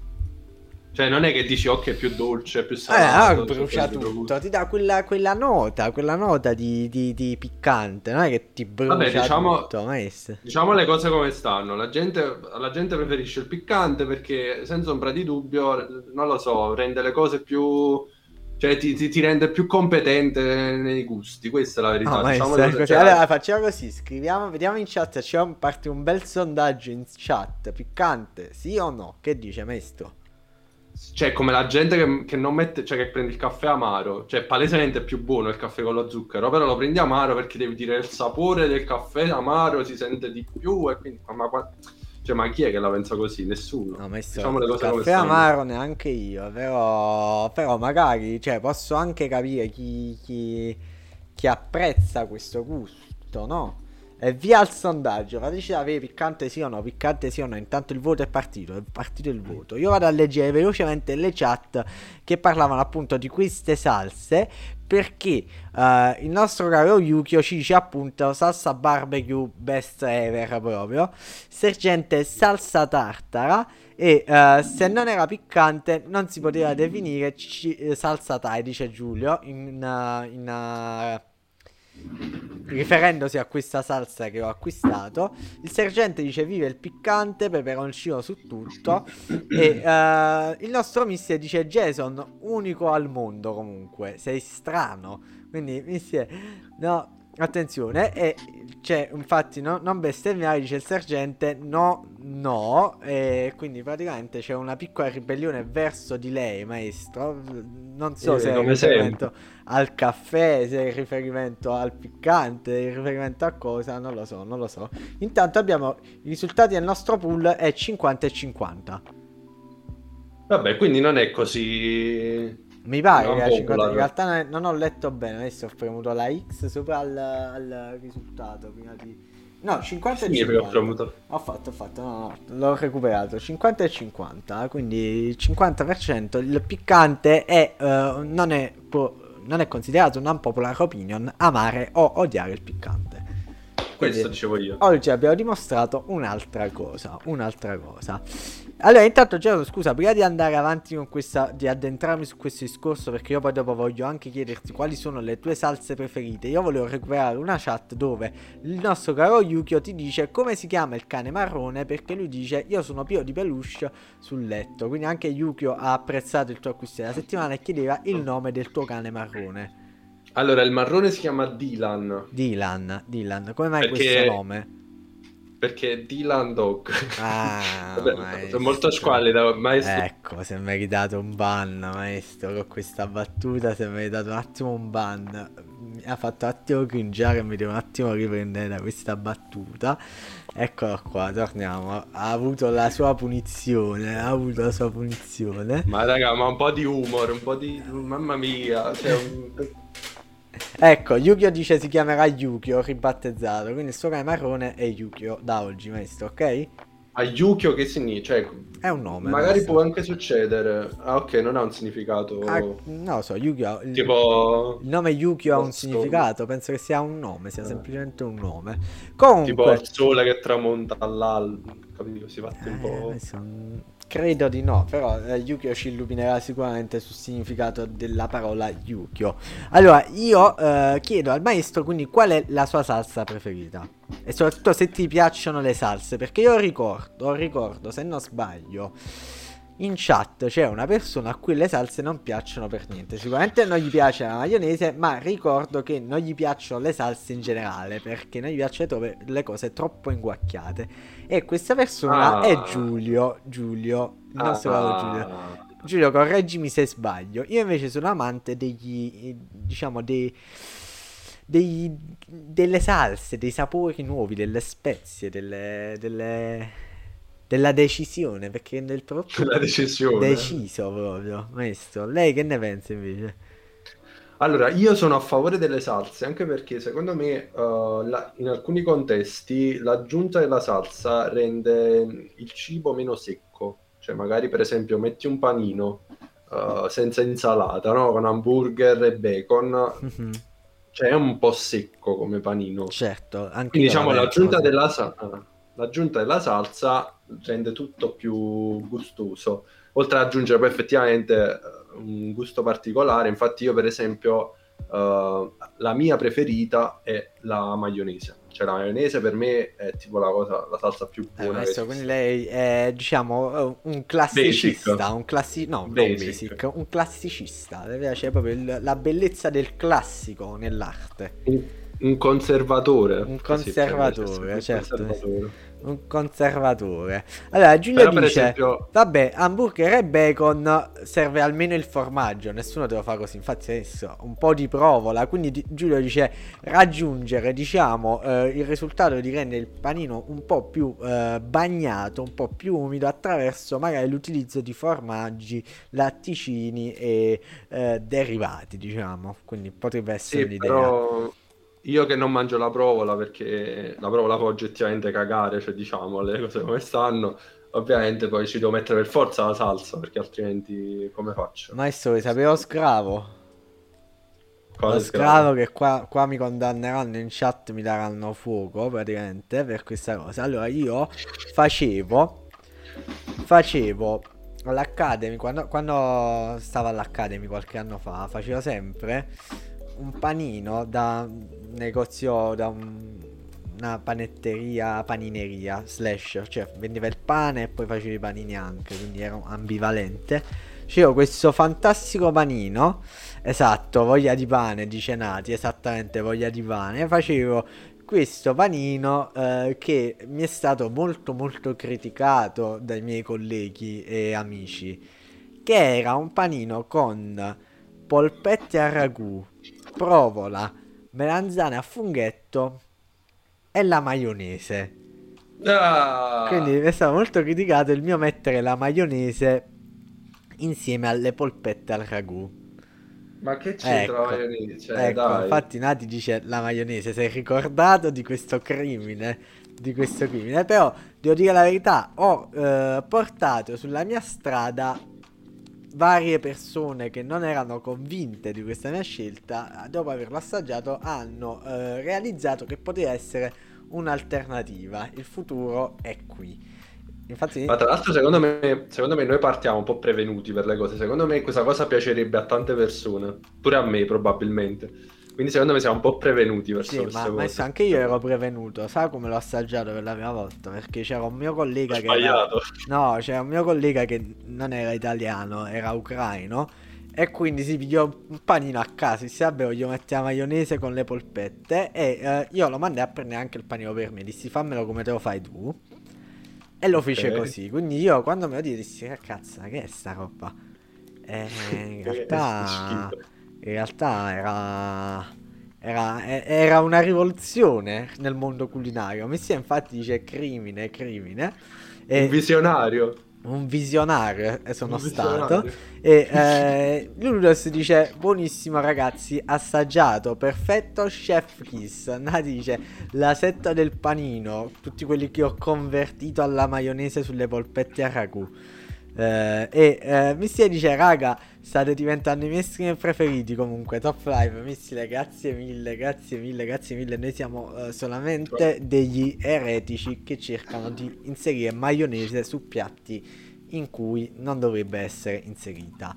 Cioè, non è che dici, ok, è più dolce, più salato. Eh, no, brucia tutto, ti dà quella, quella nota, quella nota di, di, di piccante, non è che ti brucia. Vabbè, diciamo, tutto, maestro. Diciamo le cose come stanno. La gente, la gente preferisce il piccante perché, senza ombra di dubbio, non lo so, rende le cose più... Cioè, ti, ti, ti rende più competente nei gusti, questa è la verità. No, diciamo maestro, cioè, allora facciamo così, scriviamo, vediamo in chat, c'è un, parte un bel sondaggio in chat, piccante, sì o no? Che dice, maestro? Cioè, come la gente che, che non mette, cioè che prende il caffè amaro, cioè palesemente è più buono il caffè con lo zucchero, però lo prendi amaro perché devi dire il sapore del caffè amaro si sente di più e quindi ma, ma, cioè, ma chi è che la pensa così? Nessuno. No, maestro, diciamo le cose caffè come stanno. amaro neanche io, però, però magari, cioè, posso anche capire chi, chi, chi apprezza questo gusto, no? E via il sondaggio, fateci sapere piccante sì o no, piccante sì o no. Intanto il voto è partito, è partito il voto. Io vado a leggere velocemente le chat che parlavano appunto di queste salse, perché uh, il nostro caro Yukio ci dice appunto salsa barbecue best ever proprio, sergente salsa tartara, e uh, se non era piccante non si poteva definire c- salsa Thai, dice Giulio in, uh, in uh, riferendosi a questa salsa che ho acquistato. Il sergente dice vive il piccante, peperoncino su tutto. E uh, il nostro mister dice Jason, unico al mondo comunque, sei strano. Quindi mister, no, attenzione. E c'è infatti no, non bestemmiare, dice il sergente, no, no. E quindi praticamente c'è una piccola ribellione verso di lei, maestro. Non so eh, se è come riferimento al caffè, se è il riferimento al piccante, il riferimento a cosa, non lo so, non lo so. Intanto abbiamo i risultati del nostro pool è cinquanta e cinquanta. Vabbè, quindi non è così... Mi pare non che era cinquanta, in popolare. realtà non, è- non ho letto bene, adesso ho premuto la X sopra al, al risultato prima di... No, cinquanta e Sì, perché ho cinquanta. premuto. Ho fatto, ho fatto, no, no, l'ho recuperato. cinquanta e cinquanta, quindi il cinquanta per cento. Il piccante è, eh, non, è può- non è considerato un unpopular opinion amare o odiare il piccante. Questo Quindi, dicevo io. oggi abbiamo dimostrato un'altra cosa, un'altra cosa. Allora, intanto Gerardo, scusa, prima di andare avanti con questa, di addentrarmi su questo discorso, perché io poi dopo voglio anche chiederti quali sono le tue salse preferite, io volevo recuperare una chat dove il nostro caro Yukio ti dice come si chiama il cane marrone, perché lui dice io sono pieno di peluche sul letto, quindi anche Yukio ha apprezzato il tuo acquisto della settimana e chiedeva il nome del tuo cane marrone. Allora, il marrone si chiama Dylan. Dylan, Dylan, come mai Perché- questo nome? Perché Dylan Dog. Ah, Vabbè, maestro. è molto squallida, maestro. Ecco, si è meritato un ban, maestro, con questa battuta si è meritato un attimo un ban. Mi ha fatto un attimo cringiare e mi devo un attimo riprendere da questa battuta. Eccolo qua, torniamo. Ha avuto la sua punizione, ha avuto la sua punizione. Ma raga, ma un po' di humor, un po' di... Mamma mia, cioè... un- Ecco, Yukio dice si chiamerà Yukio, ribattezzato, quindi il suo cane marrone è Yukio da oggi, maestro, ok? A Yukio che significa? Cioè, È un nome, magari maestro. può anche succedere. Ah, ok, non ha un significato. Ah, non lo so, Yukio, il, Tipo... il nome Yukio ha un Rosso. significato, penso che sia un nome, sia Ah. semplicemente un nome. Tipo Comunque, il sole che tramonta all'alba. Capito? Si fatti un eh, po'... adesso, mm, credo di no, però eh, Yukio ci illuminerà sicuramente sul significato della parola Yukio. Allora, io eh, chiedo al maestro quindi qual è la sua salsa preferita e soprattutto se ti piacciono le salse, perché io ricordo, ricordo se non sbaglio, in chat c'è una persona a cui le salse non piacciono per niente. Sicuramente non gli piace la maionese, ma ricordo che non gli piacciono le salse in generale, perché non gli piacciono tro- le cose troppo inguacchiate. E questa persona Ah. è Giulio, Giulio, il nostro caro Giulio. Ah, Giulio, correggimi se sbaglio. Io invece sono amante degli, diciamo, dei, dei, delle salse, dei sapori nuovi, delle spezie, delle, delle, della decisione, perché nel prodotto la decisione. deciso proprio, maestro. Lei che ne pensa invece? Allora, io sono a favore delle salse, anche perché secondo me eh, la- in alcuni contesti l'aggiunta della salsa rende il cibo meno secco. Cioè, magari per esempio metti un panino eh, senza insalata, no? Con hamburger e bacon, Mhm. cioè è un po' secco come panino. Certo, anche Quindi io la diciamo penso l'aggiunta così. della, sa- ah, l'aggiunta della salsa rende tutto più gustoso, oltre ad aggiungere poi effettivamente eh, un gusto particolare. Infatti io per esempio eh, la mia preferita è la maionese, cioè la maionese per me è tipo la cosa, la salsa più Eh, buona che maestro, quindi esiste. lei è, diciamo, eh, un classicista, Basic. un classi... no, non Basic. basic, un classicista. Le piace proprio il- la bellezza del classico nell'arte. Un, un conservatore. Un Così, cioè, conservatore, un certo. conservatore. Un conservatore. Allora, Giulio Però per dice: esempio... vabbè, hamburger e bacon serve almeno il formaggio. Nessuno te lo fa così. Infatti, adesso un po' di provola. Quindi di- Giulio dice: raggiungere, diciamo, eh, il risultato di rendere il panino un po' più eh, bagnato, un po' più umido attraverso magari l'utilizzo di formaggi, latticini e eh, derivati, diciamo. Quindi potrebbe essere Sì, un'idea. però io che non mangio la provola, perché la provola può oggettivamente cagare, cioè diciamo le cose come stanno, ovviamente poi ci devo mettere per forza la salsa, perché altrimenti come faccio? Maestro, vi sapevo scravo? Cosa Lo è scravo che qua, qua mi condanneranno in chat, mi daranno fuoco praticamente per questa cosa. Allora io facevo, facevo all'Academy, quando, quando stavo all'Academy qualche anno fa, facevo sempre un panino da un negozio, da un, una panetteria, panineria, slash, cioè vendeva il pane e poi faceva i panini anche, quindi era ambivalente. C'era questo fantastico panino, esatto, voglia di pane, dice Nati, esattamente, voglia di pane. Facevo questo panino eh, che mi è stato molto molto criticato dai miei colleghi e amici, che era un panino con polpette a ragù, provola, melanzane a funghetto e la maionese. Ah, Quindi è stato molto criticato il mio mettere la maionese insieme alle polpette al ragù. ma che c'entra la Ecco, maionese? Cioè, ecco, dai. infatti Nati dice la maionese, sei ricordato di questo crimine, di questo crimine, però devo dire la verità, ho eh, portato sulla mia strada varie persone che non erano convinte di questa mia scelta, dopo averlo assaggiato hanno eh, realizzato che poteva essere un'alternativa, il futuro è qui. Infatti Ma tra l'altro, secondo me, secondo me noi partiamo un po' prevenuti per le cose. Secondo me questa cosa piacerebbe a tante persone, pure a me probabilmente. Quindi secondo me siamo un po' prevenuti verso sì, queste ma, ma cose. adesso anche io ero prevenuto, sai come l'ho assaggiato per la prima volta? Perché c'era un mio collega Ho che era... sbagliato. No, c'era un mio collega che non era italiano, era ucraino, e quindi si pigliò un panino a casa, disse vabbè voglio mettere la maionese con le polpette, e eh, io lo mandai a prendere anche il panino per me, dissi fammelo come te lo fai tu, e lo fece Ok. così. Quindi io quando me lo disse dissi che cazzo, che è sta roba? E in Che realtà, schifo. in realtà era, era, e- era una rivoluzione nel mondo culinario. Messia infatti dice crimine, crimine. Un E visionario. un visionario eh, sono Un stato. visionario. E eh, Ludos dice buonissimo ragazzi, assaggiato, perfetto, chef kiss. Nati dice la setta del panino, tutti quelli che ho convertito alla maionese sulle polpette a ragù. Eh, e eh, Missile dice raga, state diventando i miei streamer preferiti. Comunque top live, Missile, grazie mille, grazie mille, grazie mille. Noi siamo eh, solamente degli eretici che cercano di inserire maionese su piatti in cui non dovrebbe essere inserita.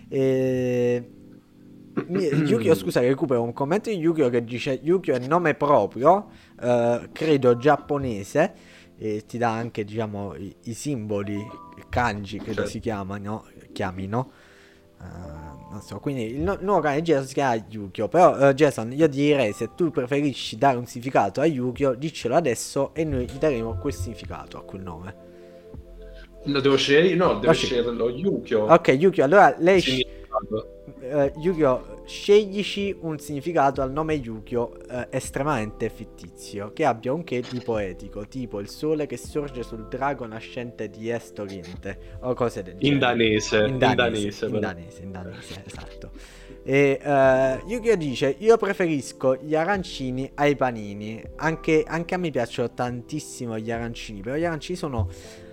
E... mi- Yukio, scusa, recupero un commento di Yukio che dice Yukio è nome proprio, eh, credo giapponese, e ti dà anche diciamo i, i simboli kanji credo Certo. si chiamano, chiamino. Eh, non so, quindi il, nu- il nuovo cane di Jason si chiama Yukio. Però eh, Jason, io direi se tu preferisci dare un significato a Yukio, diccelo adesso e noi gli daremo quel significato a quel nome. Lo devo scegliere? No, deve Oh, sì. sceglierlo Yukio. Ok Yukio, allora lei sc- Significato. eh, Yukio, sceglici un significato al nome Yukio eh, estremamente fittizio, che abbia un che di poetico, tipo il sole che sorge sul drago nascente di est oriente, o cose del genere. In danese. In In danese, danese, in però. danese, in danese, esatto. E eh, Yukio dice io preferisco gli arancini ai panini, anche, anche a me piacciono tantissimo gli arancini, però gli arancini sono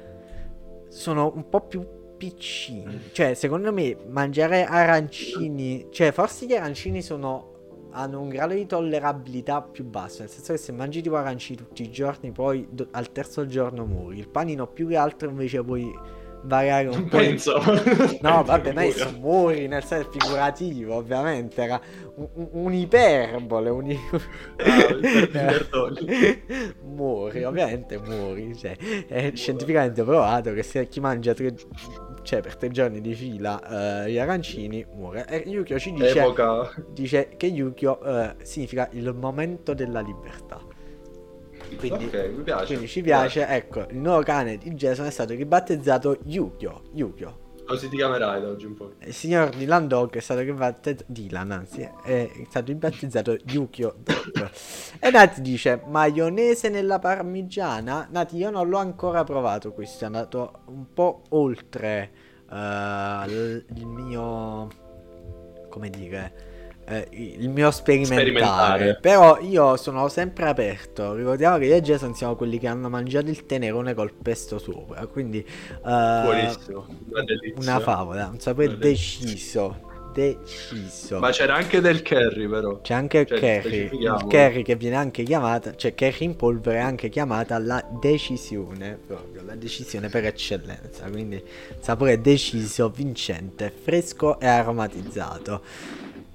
sono un po' più piccini, cioè secondo me mangiare arancini, cioè forse gli arancini sono hanno un grado di tollerabilità più basso, nel senso che se mangi tipo arancini tutti i giorni poi do- al terzo giorno muori. Il panino più che altro invece puoi variare un Non po' di- penso. No, vabbè, ma adesso muori nel senso figurativo, ovviamente, era un- un- un'iperbole, un... Ah, perdoni. muori, ovviamente muori, cioè, è scientificamente provato che se chi mangia tre, cioè, per tre giorni di fila eh, gli arancini muore. E Yukio ci dice, Epoca. dice che Yukio eh, significa il momento della libertà. Quindi, Ok, mi piace. quindi ci piace, ecco, il nuovo cane di Jason è stato ribattezzato Yukio, Yukio. Così ti chiamerai da oggi un po'. Il signor Dylan Dog è stato ribattezzato Dylan, anzi, è stato ribattezzato Yukio Dog. E Nati dice maionese nella parmigiana. Nati, io non l'ho ancora provato, questo è andato un po' oltre eh, il, il mio, come dire, eh, il mio sperimentare. Sperimentare. Però io sono sempre aperto. Ricordiamo che io e Jason siamo quelli che hanno mangiato il tenerone col pesto sopra, quindi eh, Buonissimo. Una delizia. una favola, un sapore Una delizia. deciso, deciso. Ma c'era anche del curry, però. C'è anche il Cioè, curry, specifichiamo. il curry che viene anche chiamata, cioè curry in polvere è anche chiamata la decisione, proprio la decisione per eccellenza, quindi sapore deciso, vincente, fresco e aromatizzato.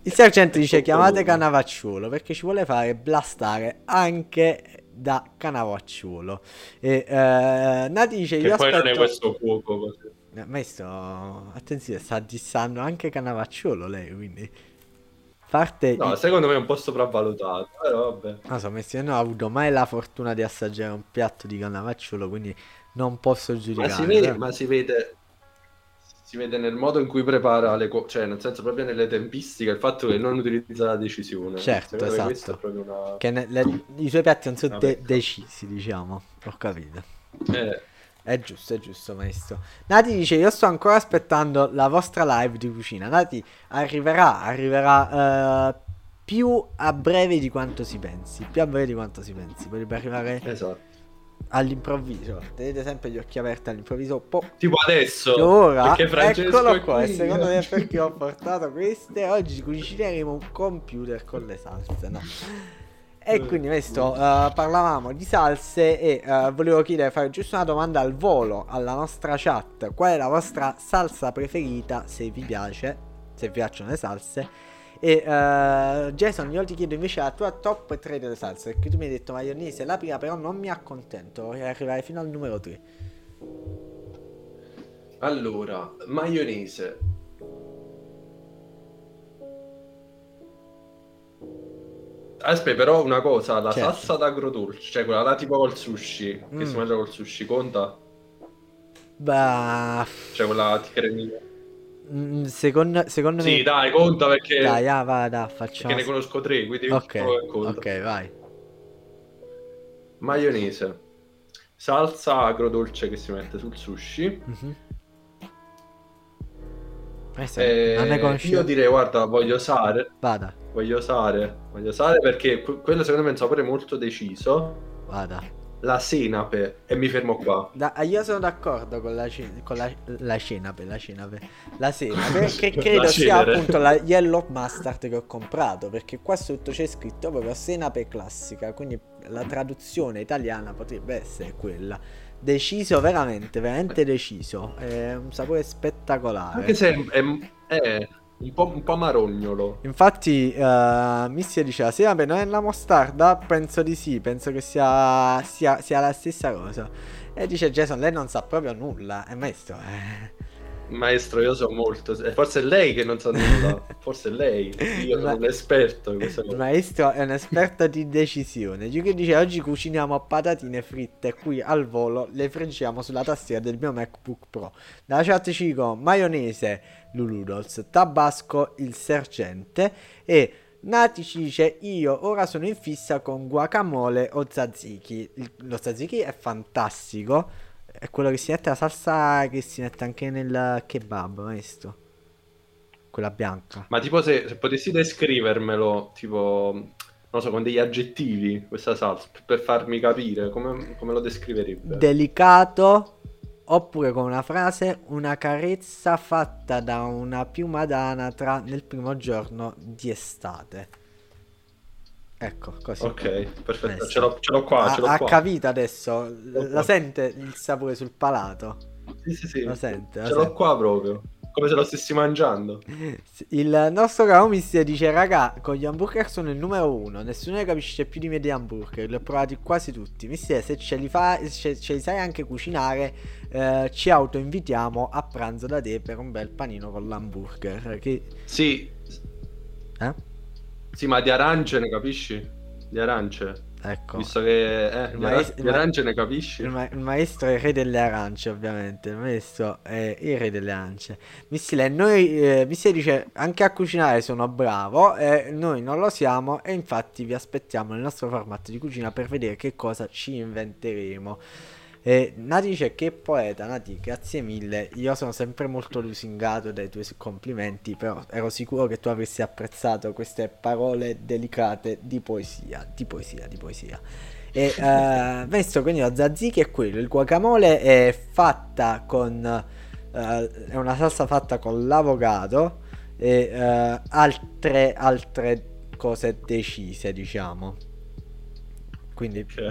Il sergente dice chiamate Cannavacciuolo perché ci vuole fare blastare anche da Cannavacciuolo. E uh, Nati dice che io poi aspetto... non è questo fuoco così. Maestro, attenzione, sta dissando anche Cannavacciuolo lei, quindi parte no, i... secondo me è un po' sopravvalutato, però vabbè. Non so, maestro, io non ho avuto mai la fortuna di assaggiare un piatto di Cannavacciuolo, quindi non posso giudicare. Ma si vede, però... ma si vede, si vede nel modo in cui prepara le cose, cioè nel senso proprio nelle tempistiche, il fatto che non utilizza la decisione. Certo, secondo me esatto. è proprio una... Che ne, le, i suoi piatti non sono una de- pecca. decisi, diciamo. Ho capito. Eh. È giusto, è giusto, maestro. Nati dice: io sto ancora aspettando la vostra live di cucina. Nati arriverà, arriverà uh, più a breve di quanto si pensi. Più a breve di quanto si pensi. Potrebbe arrivare Esatto. all'improvviso. Tenete sempre gli occhi aperti all'improvviso. Po- tipo adesso. che ora, Perché Francesco eccolo è qua. E qui. secondo me perché ho portato queste. Oggi cucineremo un computer con le salse, no? E quindi questo uh, parlavamo di salse e uh, volevo chiedere, fare giusto una domanda al volo alla nostra chat. Qual è la vostra salsa preferita, se vi piace, se vi piacciono le salse? E uh, Jason, io ti chiedo invece la tua top tre delle salse, perché tu mi hai detto maionese, la prima però non mi accontento, vorrei arrivare fino al numero tre. Allora, maionese. Aspetta, però una cosa, la Certo. salsa d'agrodolce, cioè quella là tipo col sushi, che Mm. si mangia col sushi, conta? Bah, Cioè quella cremina. mm, secondo, secondo Sì, me... dai, conta perché, Dai, ah, va, dai, facciamo... perché ne conosco tre, quindi Ok, diciamo che conta. ok, vai. Maionese, salsa agrodolce che si mette sul sushi. Mhm. Questo Eh, non ne conosci? io direi, guarda, voglio usare, Vada, voglio usare, voglio usare perché que- quello secondo me è un sapore molto deciso. vada. La senape, e mi fermo qua. Da, ah, io sono d'accordo con la, ce- con la, la cenape, la cenape, la senape, che credo La sia cenere. appunto la yellow mustard che ho comprato, perché qua sotto c'è scritto proprio senape classica, quindi la traduzione italiana potrebbe essere quella. Deciso, veramente, veramente deciso, è un sapore spettacolare. Anche se è, è- è un po', un po' marognolo. Infatti uh, Missia diceva sì, vabbè, non è la mostarda? Penso di sì, penso che sia, sia, sia la stessa cosa. E dice Jason, lei non sa proprio nulla. E maestro, eh. Maestro, io so molto. eh, Forse è lei che non sa nulla. Forse è lei. Io sono Ma- un esperto in questa Il cosa. maestro è un esperto di decisione. Giù che dice oggi cuciniamo patatine fritte qui al volo, le friggiamo sulla tastiera del mio MacBook Pro. Dalla chat ci dicono maionese, Luludols, tabasco, il sergente e Nati ci dice io ora sono in fissa con guacamole o tzatziki. Il- lo tzatziki è fantastico. È quello che si mette la salsa che si mette anche nel kebab, maestro. Quella bianca. Ma tipo se, se potessi descrivermelo, tipo, non so, con degli aggettivi, questa salsa, per farmi capire, come, come lo descriverebbe? Delicato, oppure con una frase, una carezza fatta da una piuma d'anatra nel primo giorno di estate. Ecco, così. Ok, perfetto, Maestro. ce l'ho, ce l'ho qua, ha, ce l'ho ha qua. capito adesso? l'ho Lo qua. sente il sapore sul palato? Sì, sì, sì. Lo sente, lo Ce l'ho sente. qua proprio, come se lo stessi mangiando. Il nostro caro Mister dice raga, con gli hamburger sono il numero uno, nessuno ne capisce più di me di hamburger, li ho provati quasi tutti. Mister, se ce li, fa, se ce li sai anche cucinare, eh, ci autoinvitiamo a pranzo da te per un bel panino con l'hamburger. Che... Sì, Eh? sì, ma di arance ne capisci? Di arance. Ecco. Visto che eh, Il di, maes- ara- il di ma- arance ne capisci? Il, ma- il maestro è il re delle arance, ovviamente. Il maestro è il re delle arance. Missile, noi, eh, Missile dice anche a cucinare sono bravo. E noi non lo siamo. E infatti vi aspettiamo nel nostro format di cucina per vedere che cosa ci inventeremo. E Nati dice che poeta, Nati, grazie mille. Io sono sempre molto lusingato dai tuoi complimenti, però ero sicuro che tu avresti apprezzato queste parole delicate di poesia, di poesia, di poesia. E eh, visto quindi lo tzatziki è quello, il guacamole è fatta con eh, è una salsa fatta con l'avocado e eh, altre altre cose decise, diciamo. Quindi Ok.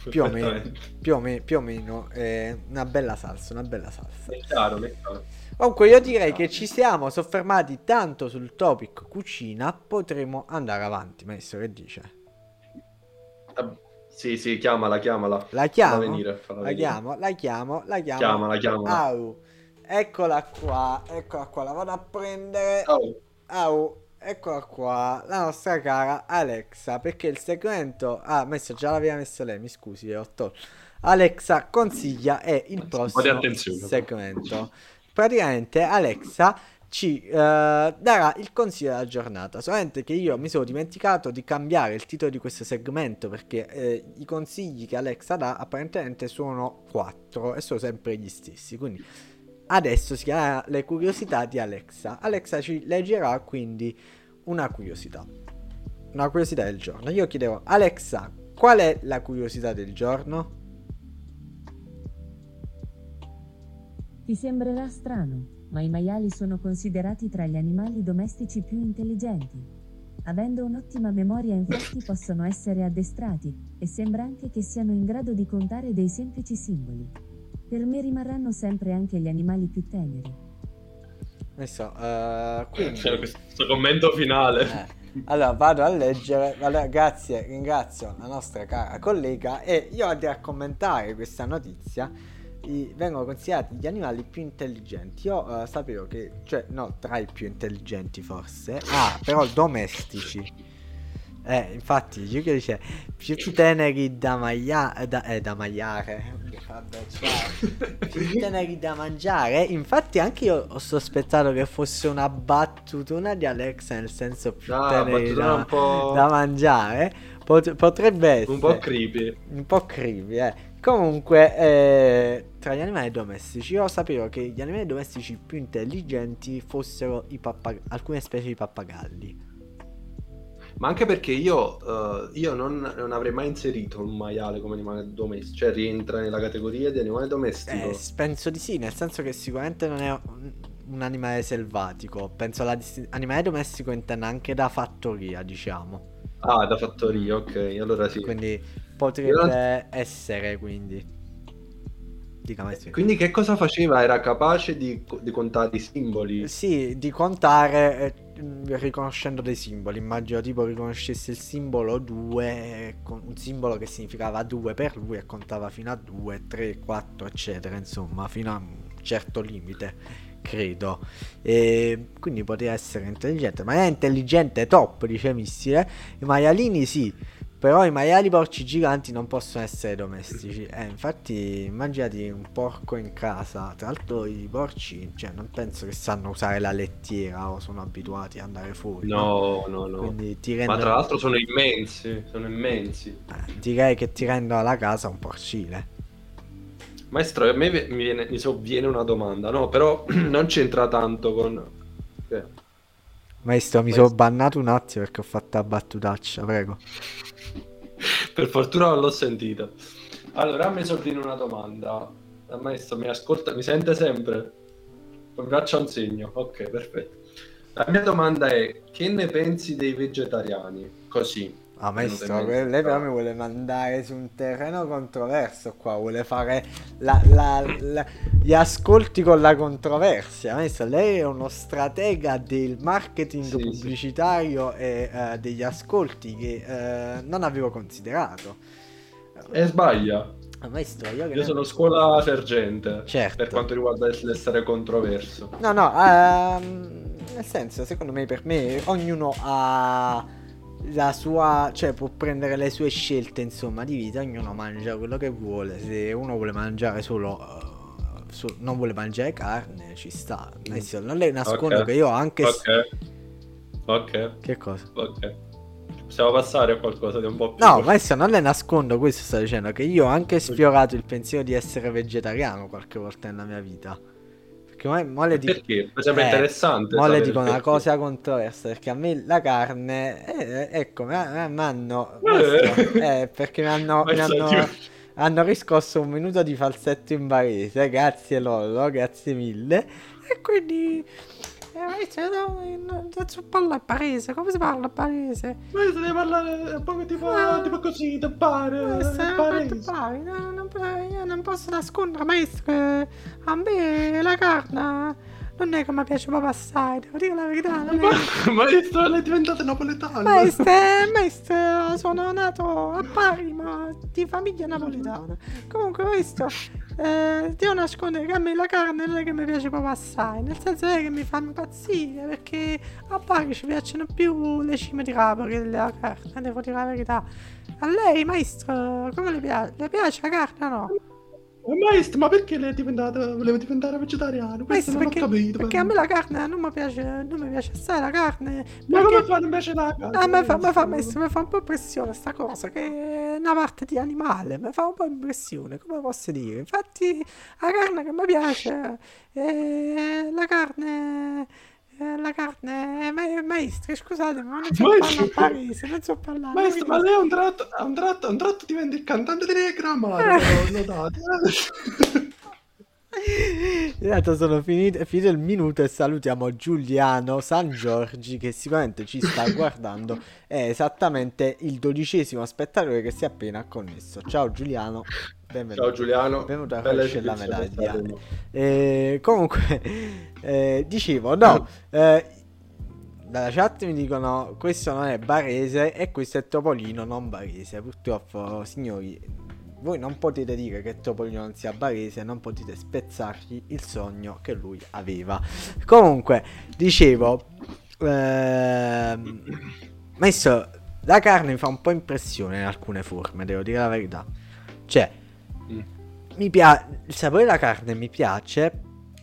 più o meno, Perfettamente. più o, me- più o meno eh, una bella salsa, una bella salsa. È chiaro, è chiaro. Comunque io direi che ci siamo soffermati tanto sul topic cucina, potremo andare avanti, maestro, che dice? Ah, sì, sì, chiamala, chiamala. La Falla chiamo? venire, falla La venire. chiamo, la chiamo, la chiamo. Chiamala, chiamala. Au, eccola qua, eccola qua, la vado a prendere. Oh, Au, eccola qua, la nostra cara Alexa, perché il segmento... Ah, messo, già l'aveva messo lei, mi scusi, eh, ho tolto. Alexa consiglia è il un po' di prossimo attenzione. però. segmento. Praticamente Alexa ci eh, darà il consiglio della giornata. Solamente che io mi sono dimenticato di cambiare il titolo di questo segmento perché eh, i consigli che Alexa dà apparentemente sono quattro e sono sempre gli stessi. Quindi adesso si chiamerà le curiosità di Alexa. Alexa ci leggerà quindi una curiosità. Una curiosità del giorno. Io chiedevo, Alexa, qual è la curiosità del giorno? Ti sembrerà strano, ma i maiali sono considerati tra gli animali domestici più intelligenti. Avendo un'ottima memoria, infatti, possono essere addestrati, e sembra anche che siano in grado di contare dei semplici simboli. Per me rimarranno sempre anche gli animali più teneri. Adesso, uh, quindi... C'era questo commento finale. Eh, allora vado a leggere. Allora, grazie, ringrazio la nostra cara collega. E io andrò a commentare questa notizia. I, vengono considerati gli animali più intelligenti. Io uh, sapevo che, cioè, no, tra i più intelligenti forse. Ah, però domestici. Eh, infatti, io che dice più teneri da mangiare, da, eh, da mangiare, vabbè, ciao. Più teneri da mangiare. Infatti, anche io ho sospettato che fosse una battutona di Alexa, nel senso più Ah, teneri battutona da, un po'... da mangiare. Pot- potrebbe essere un po' creepy. un po' creepy, eh. Comunque, eh, tra gli animali domestici, io sapevo che gli animali domestici più intelligenti fossero i pappag- alcune specie di pappagalli. Ma anche perché io, eh, io non, non avrei mai inserito un maiale come animale domestico, cioè rientra nella categoria di animale domestico. Eh, penso di sì, nel senso che sicuramente non è un, un animale selvatico. Penso all'animale domestico intenda anche da fattoria, diciamo. Ah, da fattoria, ok, allora sì. Quindi potrebbe essere, quindi. Dica, maestro. Quindi che cosa faceva? Era capace di, di contare i simboli? Sì, di contare eh, riconoscendo dei simboli. Immagino tipo riconoscesse il simbolo due, con un simbolo che significava due per lui e contava fino a due, tre, quattro, eccetera, insomma, fino a un certo limite, credo. E quindi poteva essere intelligente, ma è intelligente top, dice Missile. I maialini sì. Però i maiali porci giganti non possono essere domestici. Eh, infatti, immaginati un porco in casa. Tra l'altro, i porci, cioè, non penso che sanno usare la lettiera o sono abituati ad andare fuori. No, no, no. Quindi ti Ma rendono... tra l'altro sono immensi, sono immensi. Eh, direi che ti rendono la casa un porcile. Maestro, a me vi- mi, viene, mi sovviene una domanda, no? Però non c'entra tanto con... eh. Maestro, mi Maestro. sono bannato un attimo perché ho fatto la battutaccia, prego. Per fortuna non l'ho sentita. Allora, a me sovviene una domanda. Il maestro mi ascolta, mi sente sempre? Mi faccia un segno. Ok, perfetto. La mia domanda è: che ne pensi dei vegetariani? Così. Ah, maestro, lei però mi vuole mandare su un terreno controverso qua, vuole fare la, la, la, gli ascolti con la controversia. Maestro, lei è uno stratega del marketing Sì, pubblicitario sì. e uh, degli ascolti che uh, non avevo considerato. E sbaglia. Ah, maestro, io, che io ne... sono scuola sergente, certo. Per quanto riguarda l'essere controverso. No, no, uh, nel senso, secondo me, per me, ognuno ha... la sua, cioè può prendere le sue scelte insomma di vita, ognuno mangia quello che vuole. Se uno vuole mangiare solo uh, su, non vuole mangiare carne, ci sta. Adesso non le nascondo okay. che io anche ok ok che cosa ok possiamo passare a qualcosa di un po' più no ma adesso non le nascondo questo, sto dicendo che io ho anche sfiorato il pensiero di essere vegetariano qualche volta nella mia vita. Mo, mo le dico, perché? Mi sembra eh, interessante. Mo le dico una cosa controversa, perché a me la carne, eh, ecco, mi hanno, eh, perché mi hanno, mi hanno, hanno riscosso un minuto di falsetto in barese, grazie Lollo, grazie mille, e quindi Eh, maestro, no, no, non so parlare barese, come si parla barese? Ma se devi parlare un po' tipo, Ah. tipo così, te pare, Maestro, te quanto pare. pare? No, non, io non posso nascondere, maestro, che a me la carne non è che mi piace proprio assai, devo dire la verità. Non è... Ma, maestro, lei è diventata napoletana. Maestro, maestro, sono nato a Bari, ma di famiglia napoletana. Comunque, maestro, eh, devo nascondere che a me la carne non è che mi piace proprio assai, nel senso è che mi fa impazzire, perché a Bari ci piacciono più le cime di rape che la carne, devo dire la verità. A lei, maestro, come le piace? Le piace la carne o no? Ma maestro, ma perché lei è diventata, voleva diventare vegetariano? Questo Maestro, non perché, ho capito. perché a me la carne non mi piace, non mi piace assai la carne. Ma perché- come fanno invece la carne? Ah, mi fa, mi fa, maestro, mi fa un po' impressione sta cosa, che è una parte di animale, mi fa un po' impressione, come posso dire. Infatti, la carne che mi piace è la carne, è la carne, ma- maestro, scusate, ma non so Maestro. parlare barese, non so parlare. Maestro, ma mi lei a un tratto, a un tratto, a un tratto diventa il cantante di Negramaro, però, notate. Intanto sono finito, finito il minuto e salutiamo Giuliano San Giorgi che sicuramente ci sta guardando. È esattamente il dodicesimo spettatore che si è appena connesso. Ciao Giuliano, benvenuto. Ciao Giuliano, Benvenuto a bella Cresce la esibizione medaglia. stata. Eh, comunque, eh, dicevo, no, eh, dalla chat mi dicono questo non è barese e questo è Topolino non barese. Purtroppo, signori, voi non potete dire che Topolino non sia barese, non potete spezzargli il sogno che lui aveva. Comunque, dicevo, ehm, maestro, la carne mi fa un po' impressione in alcune forme, devo dire la verità. Cioè, Mm. mi piace, il sapore della carne mi piace,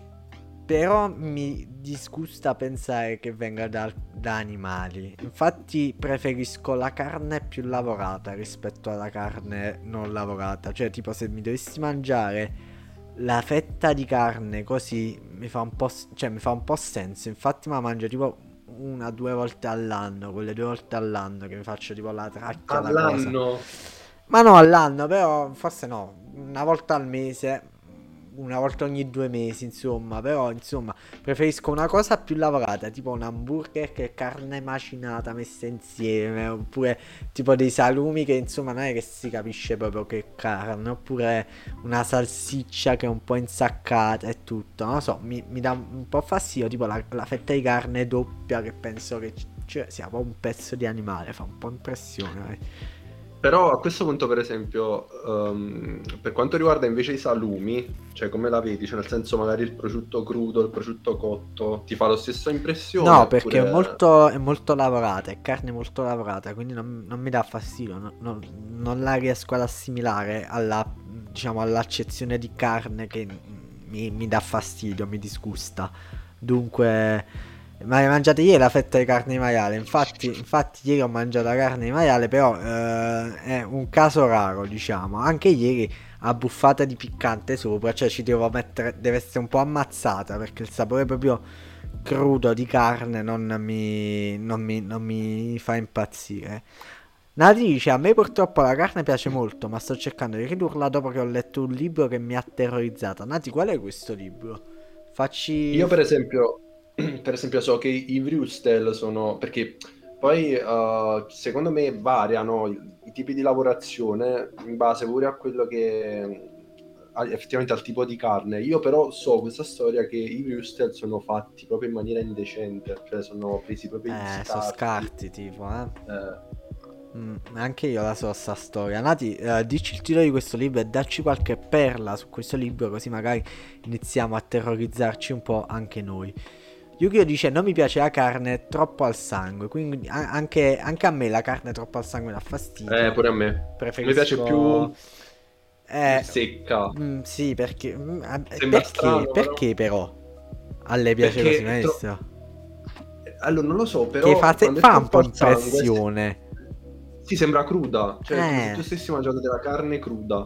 però mi disgusta pensare che venga da, da animali. Infatti preferisco la carne più lavorata rispetto alla carne non lavorata. Cioè, tipo, se mi dovessi mangiare la fetta di carne così mi fa un po', cioè, mi fa un po' senso. Infatti me la mangio tipo una o due volte all'anno, quelle due volte all'anno che mi faccio tipo la traccia, la cosa. All'anno. Ma no, all'anno, però forse no, una volta al mese, una volta ogni due mesi, insomma. Però, insomma, preferisco una cosa più lavorata, tipo un hamburger che è carne macinata messa insieme, oppure tipo dei salumi che, insomma, non è che si capisce proprio che è carne, oppure una salsiccia che è un po' insaccata e tutto, non lo so, mi, mi dà un po' fastidio, tipo la, la fetta di carne doppia che penso che cioè, sia proprio un pezzo di animale, fa un po' impressione. eh. Però a questo punto, per esempio, ehm, per quanto riguarda invece i salumi, cioè come la vedi? Cioè nel senso magari il prosciutto crudo, il prosciutto cotto, ti fa lo stesso impressione? No, perché oppure- è molto, è molto lavorata, è carne molto lavorata, quindi non, non mi dà fastidio, no- non, non la riesco ad assimilare alla, diciamo, all'accezione di carne che mi, mi dà fastidio, mi disgusta. Dunque, ma hai mangiato ieri la fetta di carne di maiale? Infatti, infatti ieri ho mangiato la carne di maiale, però eh, è un caso raro, diciamo. Anche ieri a buffata di piccante sopra, cioè ci devo mettere, deve essere un po' ammazzata perché il sapore proprio crudo di carne non mi, non mi, non mi fa impazzire. Nati dice: a me purtroppo la carne piace molto, ma sto cercando di ridurla dopo che ho letto un libro che mi ha terrorizzato. Nati, qual è questo libro? Facci... Io per esempio, per esempio so che i Vrustel sono, perché poi eh, secondo me variano i, i tipi di lavorazione in base pure a quello che a- effettivamente al tipo di carne. Io però so questa storia che i Vrustel sono fatti proprio in maniera indecente, cioè sono presi proprio gli Eh, sono scarti. scarti tipo, eh. Eh, Mm, anche io la so sta storia. Nati, eh, dici il titolo di questo libro e dacci qualche perla su questo libro, così magari iniziamo a terrorizzarci un po' anche noi. Yukio dice: non mi piace la carne troppo al sangue, quindi a- anche, anche a me la carne troppo al sangue dà fastidio. eh, pure a me. Preferisco... Mi piace più Eh, secca. mm, sì, perché... mm, ah, Sembra perché, strano, però. perché però? A lei piace Perché così, è tro- maestro? Allora, non lo so, però Che fa, quando è fa un troppo po' al sangue, impressione. sì, sembra cruda, cioè come Eh. se tu stessi mangiando della carne cruda.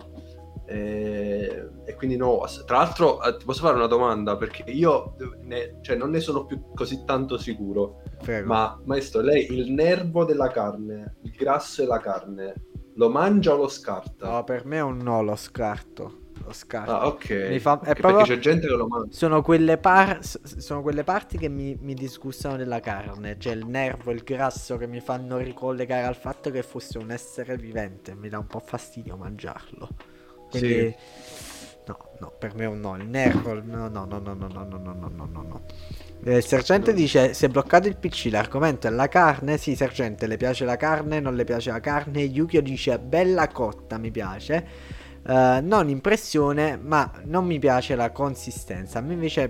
Eh, e quindi no, tra l'altro eh, ti posso fare una domanda, perché io ne- cioè, non ne sono più così tanto sicuro, Prego. ma maestro, lei il nervo della carne, il grasso della carne, lo mangia o lo scarta? No, per me è un no lo scarto. lo scarto. Ah, ok. Mi fa... è Perché proprio... c'è gente che lo mangia. Sono quelle, par... sono quelle parti che mi, mi disgustano della carne, cioè il nervo, il grasso che mi fanno ricollegare al fatto che fosse un essere vivente. Mi dà un po' fastidio mangiarlo. Quindi... Sì. No, no, per me è un no. Il nervo, no, no, no, no, no, no, no, no, no, no, no. Eh, il sergente no. dice: si è bloccato il P C, l'argomento è la carne. Sì, sergente, le piace la carne, non le piace la carne. Yukio dice: bella cotta, mi piace. Uh, non impressione, ma non mi piace la consistenza. A me invece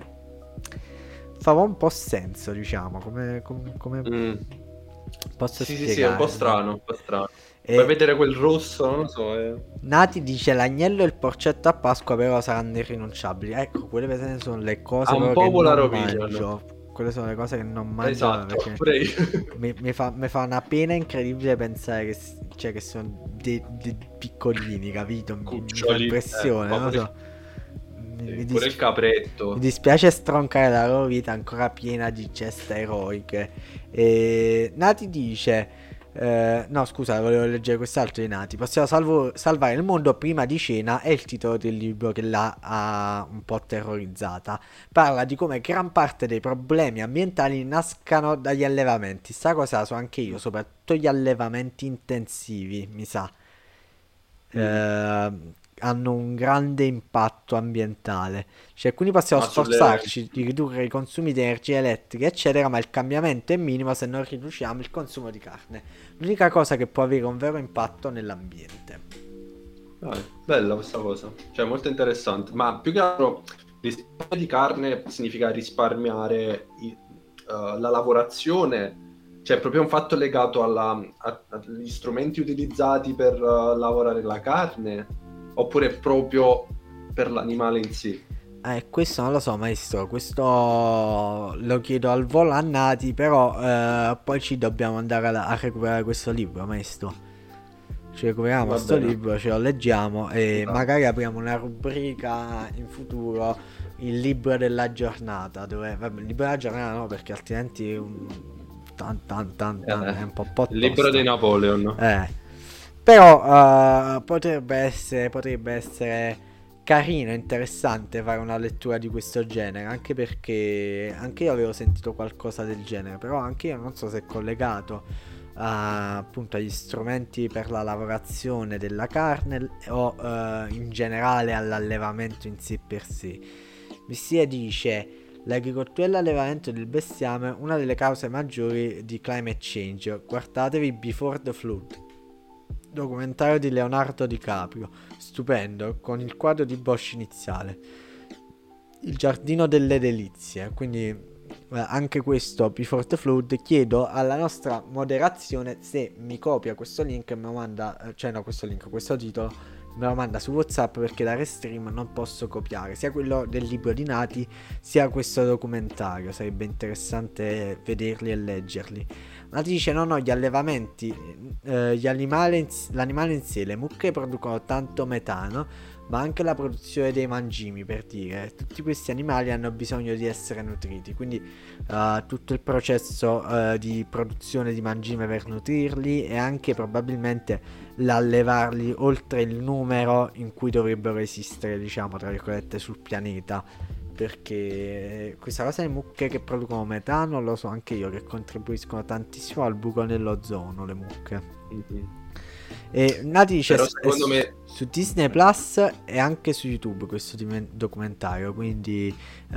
fa un po' senso, diciamo. Come, come, come mm. posso sì, spiegare? Sì, sì, è un po' strano, un po' strano. E... Vuoi vedere quel rosso? Non lo so. Eh. Nati dice: l'agnello e il porcetto a Pasqua però saranno irrinunciabili. Ecco, quelle per esempio sono le cose un che non roviglia, mangio. No? Quelle sono le cose che non mangio. Esatto, pure io. mi, mi, fa, mi fa una pena incredibile pensare che, cioè, che sono dei, dei piccolini, capito? Mi, mi fa impressione, eh, non lo so. Mi, mi pure dis- il capretto. Mi dispiace stroncare la loro vita ancora piena di gesta eroiche. E Nati dice: Uh, no, scusa, volevo leggere quest'altro di Nati. Possiamo salvo- salvare il mondo prima di cena. È il titolo del libro che l'ha ha un po' terrorizzata. Parla di come gran parte dei problemi ambientali nascano dagli allevamenti. Sta cosa so anche io, soprattutto gli allevamenti intensivi, mi sa. Mm. Uh, hanno un grande impatto ambientale. Cioè, quindi possiamo ma sforzarci sulle... di ridurre i consumi di energia elettrica, eccetera, ma il cambiamento è minimo se non riduciamo il consumo di carne. L'unica cosa che può avere un vero impatto nell'ambiente. Ah, bella questa cosa, cioè molto interessante. Ma più che altro risparmio di carne significa risparmiare i, uh, la lavorazione, cioè proprio un fatto legato alla, a, agli strumenti utilizzati per uh, lavorare la carne, oppure proprio per l'animale in sé? Eh, questo non lo so, maestro. Questo lo chiedo al volo a Nati. Però eh, poi ci dobbiamo andare a, a recuperare questo libro, maestro. Ci recuperiamo questo libro, ce lo leggiamo e esatto. Magari apriamo una rubrica in futuro, il libro della giornata, dove vabbè, il libro della giornata no, perché altrimenti un, tan, tan, tan, tan, eh, è un po' po' il libro di Napoleon. Eh. Però uh, potrebbe essere potrebbe essere carino, interessante fare una lettura di questo genere, anche perché anche io avevo sentito qualcosa del genere, però anche io non so se è collegato a, appunto agli strumenti per la lavorazione della carne o uh, in generale all'allevamento in sé per sé. Missia dice: l'agricoltura e l'allevamento del bestiame una delle cause maggiori di climate change. Guardatevi Before the Flood, documentario di Leonardo DiCaprio, stupendo, con il quadro di Bosch iniziale, Il giardino delle delizie. Quindi eh, anche questo Before the Flood. Chiedo alla nostra moderazione se mi copia questo link e me lo manda, eh, cioè no questo link, questo titolo me lo manda su WhatsApp, perché da Restream non posso copiare sia quello del libro di Nati sia questo documentario. Sarebbe interessante vederli e leggerli. Nati dice: no no, gli allevamenti, eh, gli animali in, l'animale in sé, le mucche producono tanto metano, ma anche la produzione dei mangimi, per dire. Tutti questi animali hanno bisogno di essere nutriti, quindi uh, tutto il processo uh, di produzione di mangime per nutrirli, e anche probabilmente l'allevarli oltre il numero in cui dovrebbero esistere, diciamo tra virgolette, sul pianeta. Perché questa cosa, le mucche che producono metano, lo so anche io, che contribuiscono tantissimo al buco nell'ozono, le mucche. Mm-hmm. E Nati dice: però secondo me su Disney Plus e anche su YouTube questo documentario, quindi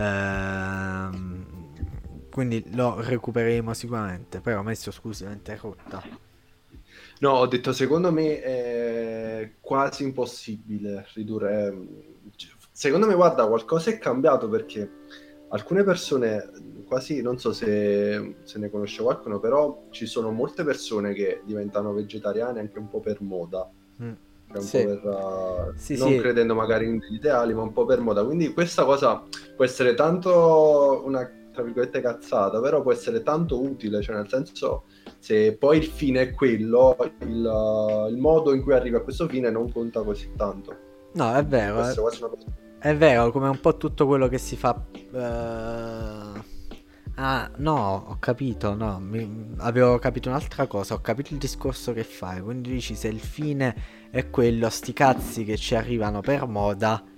ehm, quindi lo recupereremo sicuramente. Però messo, scusi, l'ho interrotta. No, ho detto secondo me è quasi impossibile ridurre. Secondo me, guarda, qualcosa è cambiato, perché alcune persone, quasi non so se, se ne conosce qualcuno, però ci sono molte persone che diventano vegetariane anche un po' per moda. Mm. Un sì. po' per, uh, sì, non sì. credendo magari in degli ideali, ma un po' per moda. Quindi questa cosa può essere tanto una, tra virgolette, cazzata, però può essere tanto utile, cioè nel senso, se poi il fine è quello, il, uh, il modo in cui arrivi a questo fine non conta così tanto. No, è vero, è, è vero, come un po' tutto quello che si fa. Uh... Ah, no, ho capito, no, mi, avevo capito un'altra cosa, ho capito il discorso che fai. Quindi dici, se il fine è quello, sti cazzi che ci arrivano per moda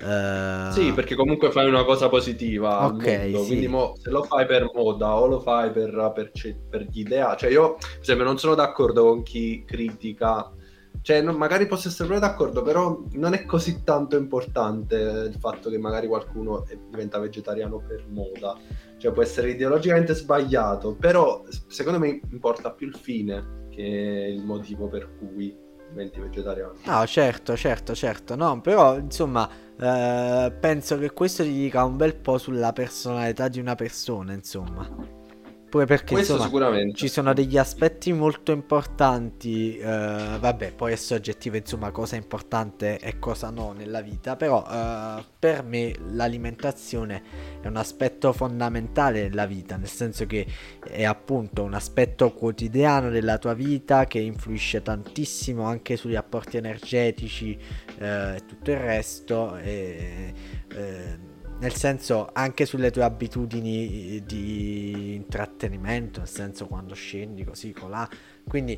Uh... Sì, perché comunque fai una cosa positiva ok, al mondo, sì. quindi mo, se lo fai per moda o lo fai per, per, per gli idea, cioè io per esempio non sono d'accordo con chi critica, cioè non, magari posso essere proprio d'accordo, però non è così tanto importante il fatto che magari qualcuno diventa vegetariano per moda, cioè può essere ideologicamente sbagliato, però secondo me importa più il fine che il motivo per cui diventi vegetariano. No, certo, certo, certo, no, però insomma eh, penso che questo ti dica un bel po' sulla personalità di una persona, insomma. Pure perché questo insomma sicuramente ci sono degli aspetti molto importanti, eh, vabbè, poi è soggettivo insomma cosa è importante e cosa no nella vita, però eh, per me l'alimentazione è un aspetto fondamentale della vita, nel senso che è appunto un aspetto quotidiano della tua vita che influisce tantissimo anche sugli apporti energetici eh, e tutto il resto e, eh, nel senso anche sulle tue abitudini di intrattenimento, nel senso quando scendi così colà, quindi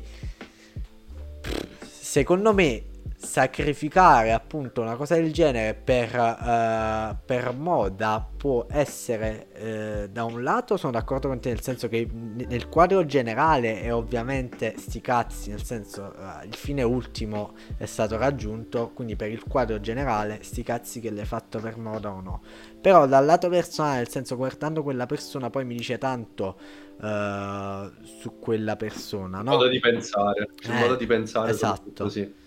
secondo me sacrificare appunto una cosa del genere per, uh, per moda può essere uh, da un lato sono d'accordo con te, nel senso che nel quadro generale è ovviamente sti cazzi, nel senso uh, il fine ultimo è stato raggiunto, quindi per il quadro generale sti cazzi che l'hai fatto per moda o no, però dal lato personale, nel senso guardando quella persona poi mi dice tanto uh, su quella persona, no? modo di pensare, sul eh, modo di pensare esatto. Sì.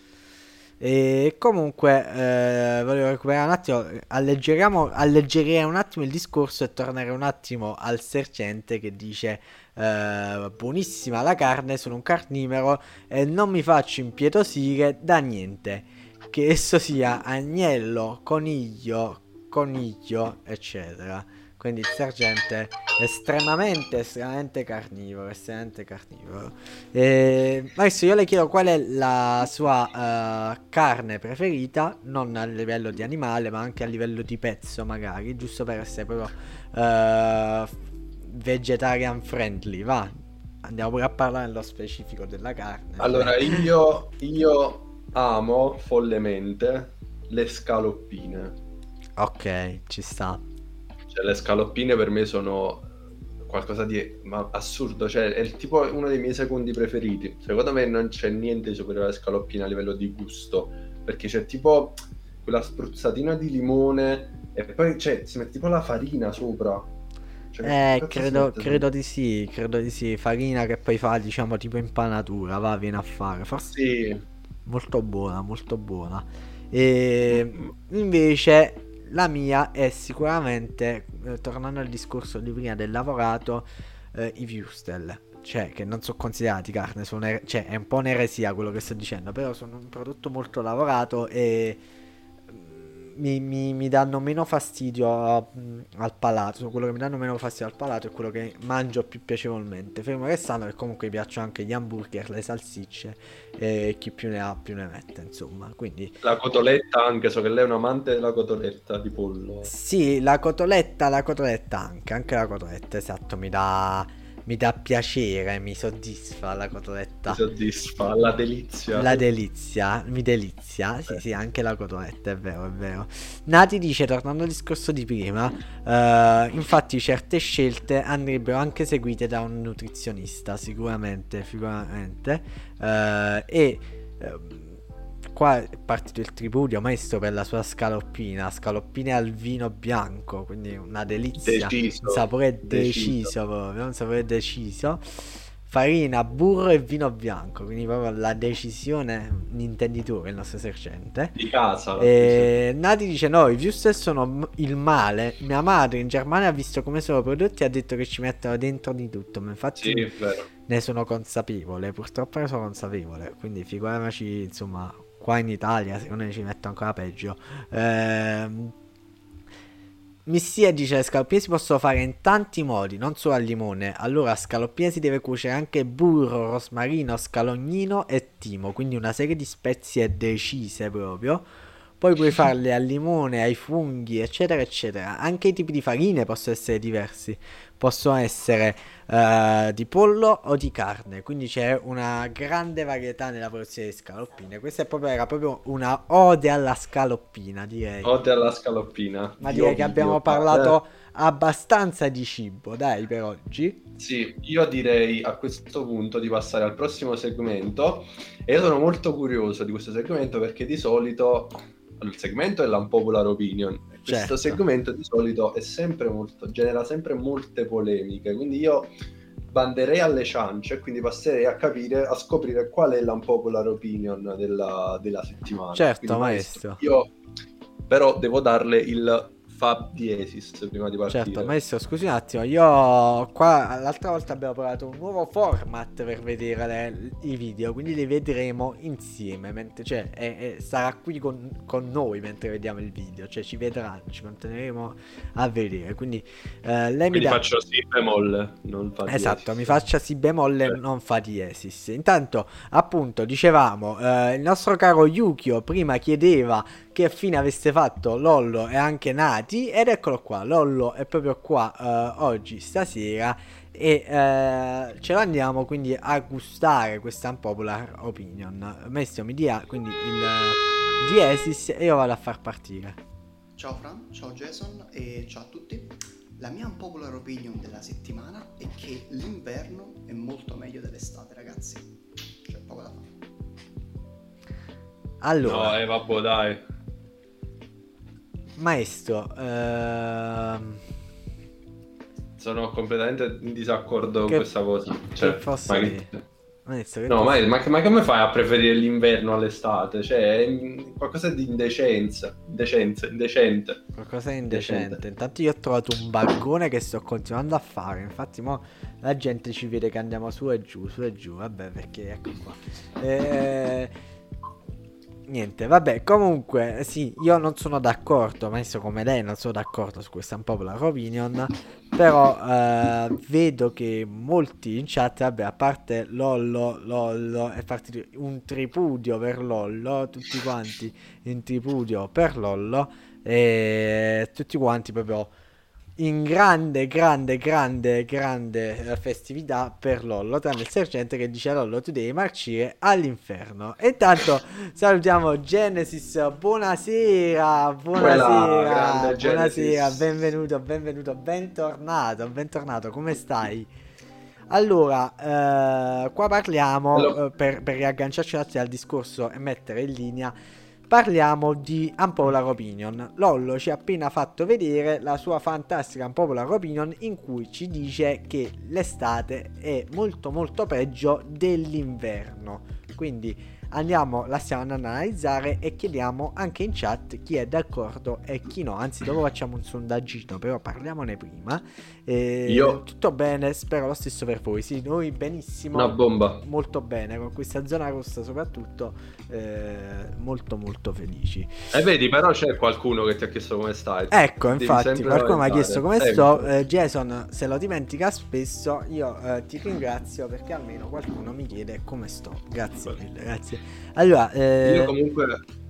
E comunque eh, volevo recuperare un attimo, alleggeriamo, alleggerire un attimo il discorso e tornare un attimo al sergente che dice eh, buonissima la carne, sono un carnivoro e non mi faccio impietosire da niente, che esso sia agnello, coniglio, coniglio eccetera. Quindi il sergente è estremamente, estremamente carnivoro, estremamente carnivoro. E adesso io le chiedo qual è la sua uh, carne preferita, non a livello di animale, ma anche a livello di pezzo, magari, giusto per essere proprio uh, vegetarian friendly, va? Andiamo pure a parlare nello specifico della carne. Allora, io, io amo follemente le scaloppine. Ok, ci sta. Cioè, le scaloppine per me sono qualcosa di ma assurdo, cioè è il tipo uno dei miei secondi preferiti. Secondo me non c'è niente di superiore alle scaloppine a livello di gusto, perché c'è tipo quella spruzzatina di limone e poi c'è, si mette tipo la farina sopra. Cioè, eh, credo, credo di sì, credo di sì. Farina che poi fa, diciamo, tipo impanatura, va, viene a fare. Forse sì. Molto buona, molto buona. E invece la mia è sicuramente, eh, tornando al discorso di prima del lavorato, eh, i würstel. Cioè, che non sono considerati carne, sono er- cioè è un po' un'eresia quello che sto dicendo, però sono un prodotto molto lavorato e mi, mi, mi danno meno fastidio a, al palato. Quello che mi danno meno fastidio al palato è quello che mangio più piacevolmente. Fermo restando che comunque mi piacciono anche gli hamburger, le salsicce e chi più ne ha più ne mette, insomma. Quindi la cotoletta anche, so che lei è un amante della cotoletta di pollo. Sì, la cotoletta, la cotoletta anche, anche la cotoletta, esatto, mi dà mi dà piacere, mi soddisfa la cotoletta. Mi soddisfa, la delizia. La delizia, mi delizia, sì sì, anche la cotoletta, è vero, è vero. Nati dice, tornando al discorso di prima, uh, infatti certe scelte andrebbero anche seguite da un nutrizionista, sicuramente, sicuramente, uh, e... Uh, qua è partito il tripudio maestro per la sua scaloppina, scaloppine al vino bianco, quindi una delizia, deciso, un sapore deciso, deciso proprio, un sapore deciso, farina, burro e vino bianco, quindi proprio la decisione, un intenditore il nostro sergente di casa. E Nati dice no, i würstel sono il male, mia madre in Germania ha visto come sono prodotti e ha detto che ci mettono dentro di tutto, ma infatti sì, è vero. Ne sono consapevole, purtroppo ne sono consapevole, quindi figuriamoci, insomma, qua in Italia secondo me ci metto ancora peggio. Ehm, Missia dice le scaloppine si possono fare in tanti modi, non solo al limone. Allora a scaloppine si deve cuocere anche burro, rosmarino, scalognino e timo, quindi una serie di spezie decise proprio. Poi puoi farle al limone, ai funghi, eccetera, eccetera. Anche i tipi di farine possono essere diversi. possono essere uh, di pollo o di carne, quindi c'è una grande varietà nella produzione di scaloppine. Questa è proprio, era proprio una ode alla scaloppina, direi. Ode alla scaloppina. Ma direi che abbiamo parlato abbastanza di cibo, dai, per oggi. Sì, io direi a questo punto di passare al prossimo segmento, e io sono molto curioso di questo segmento perché di solito il segmento è l'unpopular opinion, e questo Certo. segmento di solito è sempre molto, genera sempre molte polemiche, quindi io banderei alle ciance e quindi passerei a capire, a scoprire qual è l'unpopular opinion della, della settimana. Certo, Quindi, maestro. Io però devo darle il Fab diesis prima di partire. Certo, maestro, scusi un attimo, io qua l'altra volta abbiamo provato un nuovo format per vedere le, i video, quindi li vedremo insieme, mentre, cioè è, è, sarà qui con, con noi mentre vediamo il video, cioè ci vedranno, ci continueremo a vedere, quindi eh, lei quindi mi dà... faccio si bemolle, non fa diesis. Esatto, mi faccia si bemolle, Eh. non fa diesis. Intanto, appunto, dicevamo, eh, il nostro caro Yukio prima chiedeva che fine avesse fatto Lollo e anche Nati, ed eccolo qua, Lollo è proprio qua eh, oggi, stasera, e eh, ce lo andiamo quindi a gustare questa unpopular opinion. Maestro, mi dia quindi il diesis e io vado a far partire. Ciao Fran, ciao Jason e ciao a tutti. La mia unpopular opinion della settimana è che l'inverno è molto meglio dell'estate, ragazzi. C'è poco da fare. Allora, No, eh, vabbè, dai. maestro, ehm... sono completamente in disaccordo Che- con questa cosa. Cioè, che posso ma, dire? che- maestro, che no, posso- ma, ma, che- ma come fai a preferire l'inverno all'estate? Cioè, è mm, qualcosa di indecenza, indecenza, indecente. Qualcosa di indecente. Indecente. Intanto io ho trovato un baggone che sto continuando a fare. Infatti mo la gente ci vede che andiamo su e giù, su e giù. Vabbè, perché ecco qua. Eh, Niente, vabbè, comunque sì, io non sono d'accordo, maestro, come lei non sono d'accordo su questa unpopular opinion, però eh, vedo che molti in chat, vabbè, a parte Lollo, Lollo, è partito un tripudio per Lollo, tutti quanti in tripudio per Lollo, e tutti quanti proprio in grande, grande, grande, grande eh, festività per Lollo, tranne il sergente che dice a Lollo tu devi marcire all'inferno. E intanto salutiamo Genesis, buonasera, buonasera, grande buonasera, Genesis. benvenuto, benvenuto, bentornato, bentornato, come stai? Allora, eh, qua parliamo, Allora- eh, per, per riagganciarci un attimo al discorso e mettere in linea, parliamo di unpopular opinion. Lollo ci ha appena fatto vedere la sua fantastica unpopular opinion in cui ci dice che l'estate è molto molto peggio dell'inverno. Quindi andiamo, la stiamo andando ad analizzare e chiediamo anche in chat chi è d'accordo e chi no. Anzi, dopo facciamo un sondaggino, però parliamone prima. Eh, Io- Tutto bene, spero lo stesso per voi. Sì, noi benissimo. Una bomba. Molto bene, con questa zona rossa soprattutto, eh, molto molto felici. E vedi, però c'è qualcuno che ti ha chiesto come stai. Ecco, Devi infatti, sempre qualcuno mi ha lamentare. chiesto come Sempre. sto. eh, Jason, se lo dimentica spesso, io eh, ti ringrazio perché almeno qualcuno mi chiede come sto. Grazie mille, grazie. Allora, eh, Io comunque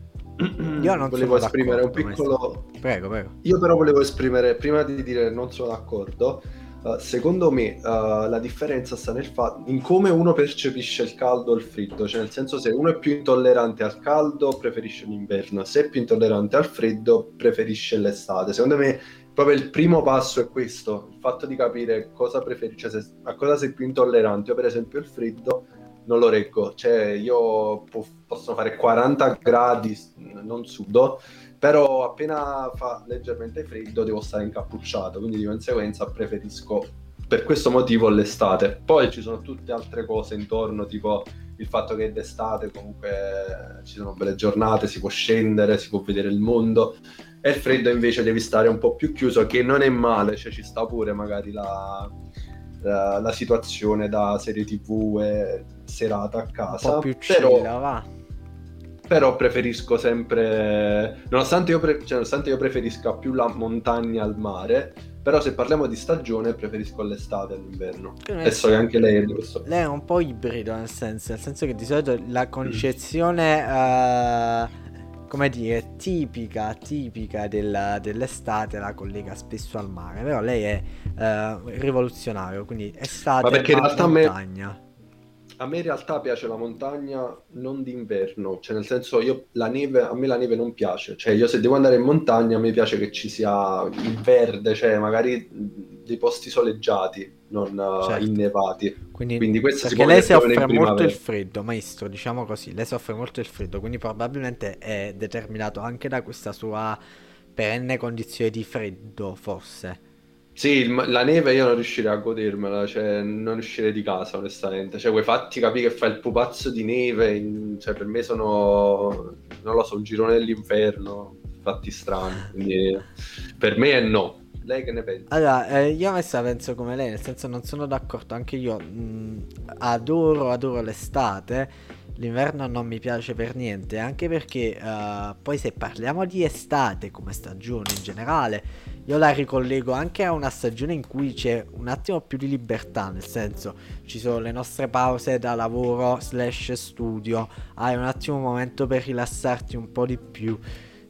io non volevo sono esprimere un d'accordo, piccolo... prego, prego. Io però volevo esprimere, prima di dire non sono d'accordo, uh, secondo me uh, la differenza sta nel fatto in come uno percepisce il caldo o il freddo, cioè nel senso se uno è più intollerante al caldo preferisce l'inverno, se è più intollerante al freddo preferisce l'estate. Secondo me proprio il primo passo è questo, il fatto di capire cosa preferisci, cioè se, a cosa sei più intollerante. Io per esempio il freddo non lo reggo, cioè io po- possono fare quaranta gradi, non sudo, però appena fa leggermente freddo devo stare incappucciato, quindi di conseguenza preferisco per questo motivo l'estate. Poi ci sono tutte altre cose intorno, tipo il fatto che d'estate comunque ci sono belle giornate, si può scendere, si può vedere il mondo, e il freddo invece devi stare un po' più chiuso, che non è male, cioè ci sta pure magari la, la, la situazione da serie tv e serata a Un casa, po' più però chill, va. però preferisco sempre, nonostante io, pre- cioè, nonostante io preferisca più la montagna al mare, però se parliamo di stagione preferisco l'estate all'inverno. Che E so che anche lei è di questo. Lei è un po' ibrido nel senso, nel senso che di solito la concezione eh, come dire, tipica, tipica della- dell'estate, la collega spesso al mare, però lei è eh, rivoluzionario, quindi Ma estate perché in ma realtà a me, montagna. a me in realtà piace la montagna non d'inverno, cioè nel senso io la neve, a me la neve non piace, cioè io se devo andare in montagna a me piace che ci sia il verde, cioè magari mh, dei posti soleggiati, non eh, Certo. innevati. Quindi, Quindi questo si perché può lei vedere più o meno soffre in molto il primavera. freddo, maestro, diciamo così, lei soffre molto il freddo, quindi probabilmente è determinato anche da questa sua perenne condizione di freddo, forse. Sì, il- la neve io non riuscirei a godermela, cioè non uscirei di casa onestamente, cioè quei fatti capì che fa il pupazzo di neve, in- cioè per me sono, non lo so, un girone dell'inferno, fatti strani, quindi per me è no. Lei che ne pensa? Allora, eh, io messa penso come lei, nel senso non sono d'accordo, anche io mh, adoro, adoro l'estate, l'inverno non mi piace per niente, anche perché eh, poi se parliamo di estate come stagione in generale, io la ricollego anche a una stagione in cui c'è un attimo più di libertà, nel senso ci sono le nostre pause da lavoro slash studio, hai un attimo un momento per rilassarti un po' di più.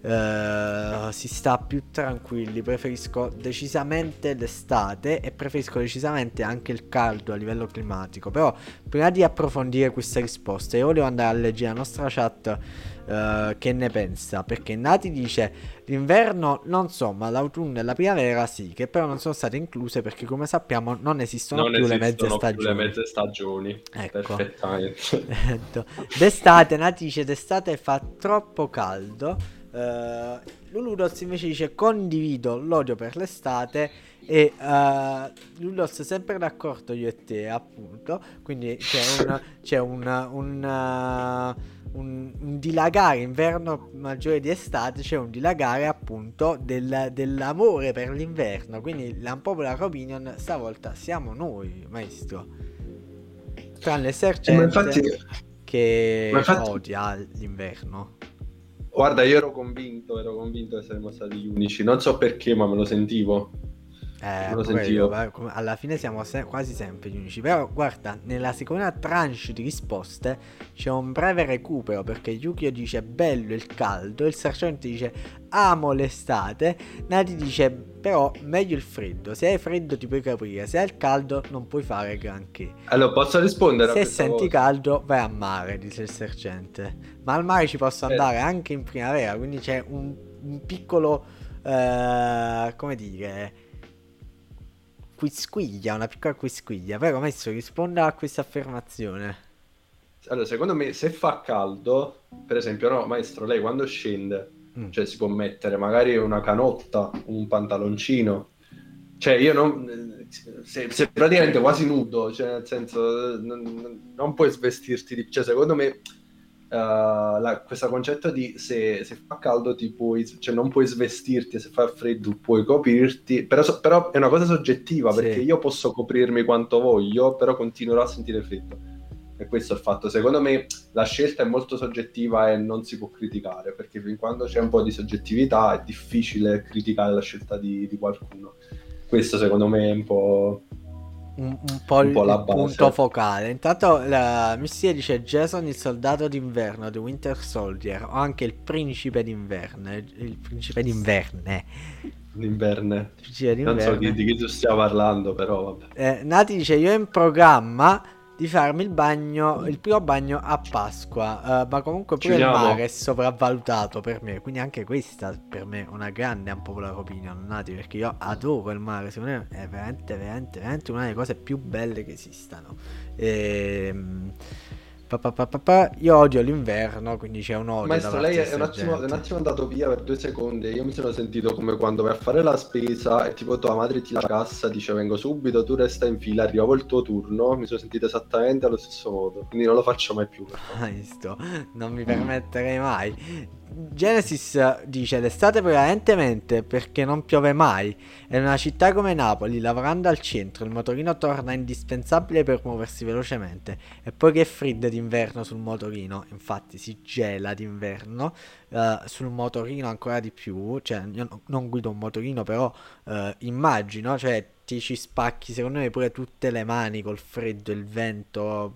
Eh, si sta più tranquilli. Preferisco decisamente l'estate e preferisco decisamente anche il caldo a livello climatico. Però, prima di approfondire questa risposta, io volevo andare a leggere la nostra chat. eh, che ne pensa? Perché Nati dice: l'inverno non so, ma l'autunno e la primavera sì, che però non sono state incluse perché, come sappiamo, non esistono Non più le mezze esistono più le stagioni. mezze stagioni, Ecco. perfettamente. Perfetto. D'estate, Nati dice d'estate fa troppo caldo. Uh, Luludos invece dice condivido l'odio per l'estate. E uh, Luludos sempre d'accordo io e te, appunto. Quindi c'è un c'è un, un, uh, un, un dilagare inverno maggiore di estate. C'è un dilagare appunto del, dell'amore per l'inverno. Quindi l'unpopular opinion stavolta siamo noi, maestro. Tranne Eh, ma infatti, Sergente che ma infatti, odia l'inverno. guarda, io ero convinto, ero convinto che saremmo stati gli unici, non so perché, ma me lo sentivo, Eh, me lo pure io, sentivo. beh, come- alla fine siamo se- quasi sempre gli unici. Però guarda, nella seconda tranche di risposte c'è un breve recupero perché Yukio dice bello il caldo, il sergente dice amo l'estate, Nati dice però meglio il freddo, se hai freddo ti puoi capire, se hai il caldo non puoi fare granché. Allora, posso rispondere a Se questa senti cosa? caldo vai a mare, dice il sergente. Ma al mare ci posso Eh, andare anche in primavera, quindi c'è un, un piccolo, eh, come dire, quisquiglia, una piccola quisquiglia. Però messo risponda a questa affermazione. allora, secondo me, se fa caldo, per esempio, no, maestro, lei quando scende, Mm. cioè si può mettere magari una canotta, un pantaloncino, cioè io non, se, se praticamente quasi nudo, cioè nel senso, non, non- non puoi svestirti, di, cioè secondo me, eh, la- questo concetto di se, se fa caldo ti puoi, cioè non puoi svestirti, se fa freddo puoi coprirti, però, so- però è una cosa soggettiva, perché Sì. io posso coprirmi quanto voglio, però continuerò a sentire freddo. E questo è il fatto. Secondo me la scelta è molto soggettiva e non si può criticare, perché fin quando c'è un po' di soggettività è difficile criticare la scelta di, di qualcuno. Questo secondo me è un po', Un, un po' un il, po' la il punto base. focale. Intanto la Missia dice Jason il soldato d'inverno di Winter Soldier o anche il principe d'inverno. Il, il principe d'inverne. D'inverno. Il principe Non so di, d'inverno. di chi tu stia parlando, però vabbè. Eh, Nati dice io ho in programma di farmi il bagno, il primo bagno a Pasqua, eh, ma comunque Ci pure il mare è uniamo. sopravvalutato per me, quindi anche questa per me è una grande unpopular opinion, Nati, perché io adoro il mare, secondo me è veramente, veramente, veramente una delle cose più belle che esistano. Ehm, pa, pa, pa, pa, pa, io odio l'inverno, quindi c'è un odio da Maestro, lei parte di è un questa attimo, è un gente. attimo andato via per due secondi e io mi sono sentito come quando vai a fare la spesa e tipo tua madre ti la cassa, dice vengo subito, tu resta in fila, arriva il tuo turno, mi sono sentito esattamente allo stesso modo, quindi non lo faccio mai più, per favore. Visto, non mi permetterei mai. Genesis dice l'estate prevalentemente perché non piove mai. E in una città come Napoli, lavorando al centro, il motorino torna indispensabile per muoversi velocemente. E poi che freddo d'inverno sul motorino, infatti si gela d'inverno, eh, sul motorino ancora di più. Cioè, io no- non guido un motorino, però eh, immagino, cioè ti ci spacchi secondo me pure tutte le mani col freddo, il vento,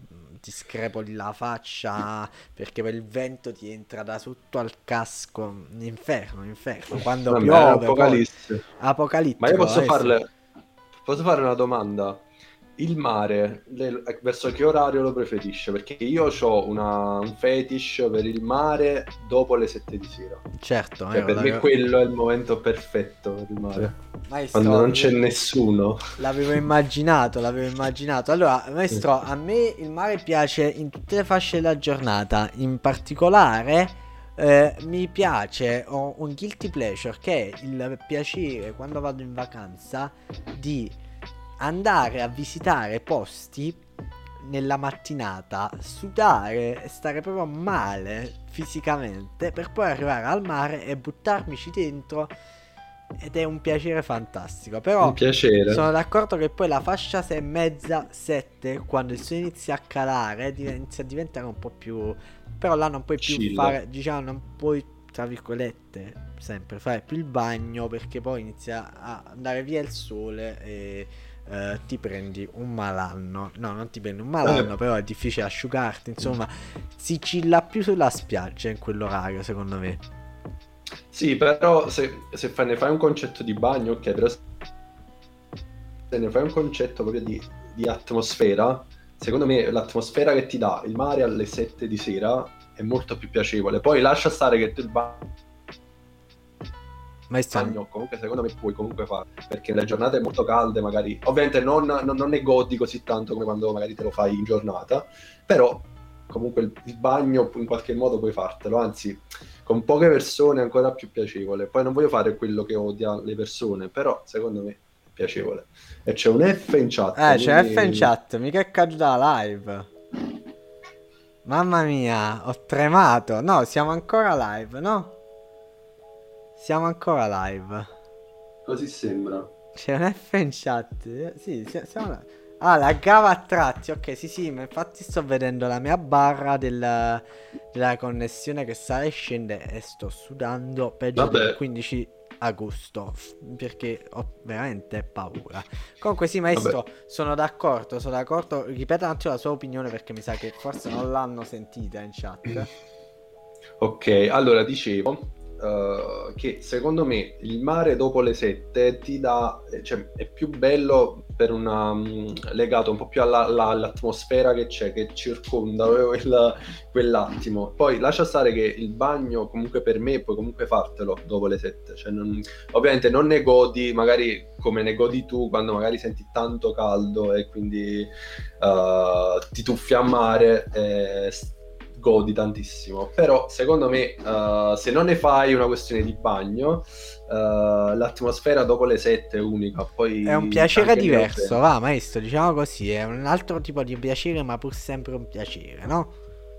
ti screpoli la faccia perché poi il vento ti entra da sotto al casco. Inferno, inferno. Quando Vabbè, piove, Apocalisse. poi... apocalittico. Ma io posso eh, sì. farle posso fare una domanda? Il mare, lei verso che orario lo preferisce? Perché io ho una, un fetish per il mare dopo le sette di sera. Certo, Cioè, eh, per me l'avevo- quello è il momento perfetto per il mare. maestro, Quando non c'è l'avevo- nessuno. L'avevo immaginato, l'avevo immaginato. Allora, maestro, a me il mare piace in tutte le fasce della giornata. In particolare, eh, mi piace, ho un guilty pleasure che è il piacere quando vado in vacanza di andare a visitare posti nella mattinata, sudare e stare proprio male fisicamente per poi arrivare al mare e buttarmici dentro. Ed è un piacere fantastico. Però Un piacere. sono d'accordo che poi la fascia sei e mezza, sette, quando il sole inizia a calare, div- inizia a diventare un po' più... Però là non puoi più Chill. fare, diciamo, non puoi, tra virgolette, sempre fare più il bagno, perché poi inizia a andare via il sole e eh, ti prendi un malanno. No, non ti prendi un malanno, Eh. però è difficile asciugarti. Insomma, si chilla più sulla spiaggia in quell'orario, secondo me. Sì, però se, se fai- ne fai un concetto di bagno, ok, però se ne fai un concetto proprio di, di atmosfera, secondo me l'atmosfera che ti dà il mare alle sette di sera è molto più piacevole. Poi lascia stare che tu il ba- Maestro, bagno comunque secondo me puoi comunque fare, perché le giornate molto calde magari, ovviamente non, non, non ne godi così tanto come quando magari te lo fai in giornata, però comunque il, il bagno in qualche modo puoi fartelo, anzi con poche persone è ancora più piacevole. Poi non voglio fare quello che odia le persone, però secondo me è piacevole. E c'è un F in chat. Eh, c'è quindi- F in chat, mica è caduta la live. Mamma mia, ho tremato. No, siamo ancora live, no? Siamo ancora live. Così sembra. C'è un F in chat. Eh, Sì, si- siamo là. Ah, la gava a tratti. Ok, sì, sì, ma infatti sto vedendo la mia barra del- della connessione che sale e scende e sto sudando peggio Vabbè. del quindici agosto, f- perché ho veramente paura. Comunque sì, maestro, sono d'accordo, sono d'accordo. Ripeta un attimo la sua opinione perché mi sa che forse non l'hanno sentita in chat. Ok, allora dicevo eh, che secondo me il mare dopo le sette ti dà, cioè è più bello per una mm, legato un po' più alla- alla- all'atmosfera che c'è, che circonda quel- quell'attimo. Poi lascia stare che il bagno comunque per me puoi comunque fartelo dopo le sette, cioè non- ovviamente non ne godi magari come ne godi tu quando magari senti tanto caldo e quindi eh, ti tuffi a mare e s- godi tantissimo. Però secondo me eh, se non ne fai una questione di bagno, eh, l'atmosfera dopo le sette è unica. Poi È un piacere anche meno diverso, bene. va, maestro, diciamo così, è un altro tipo di piacere, ma pur sempre un piacere, no?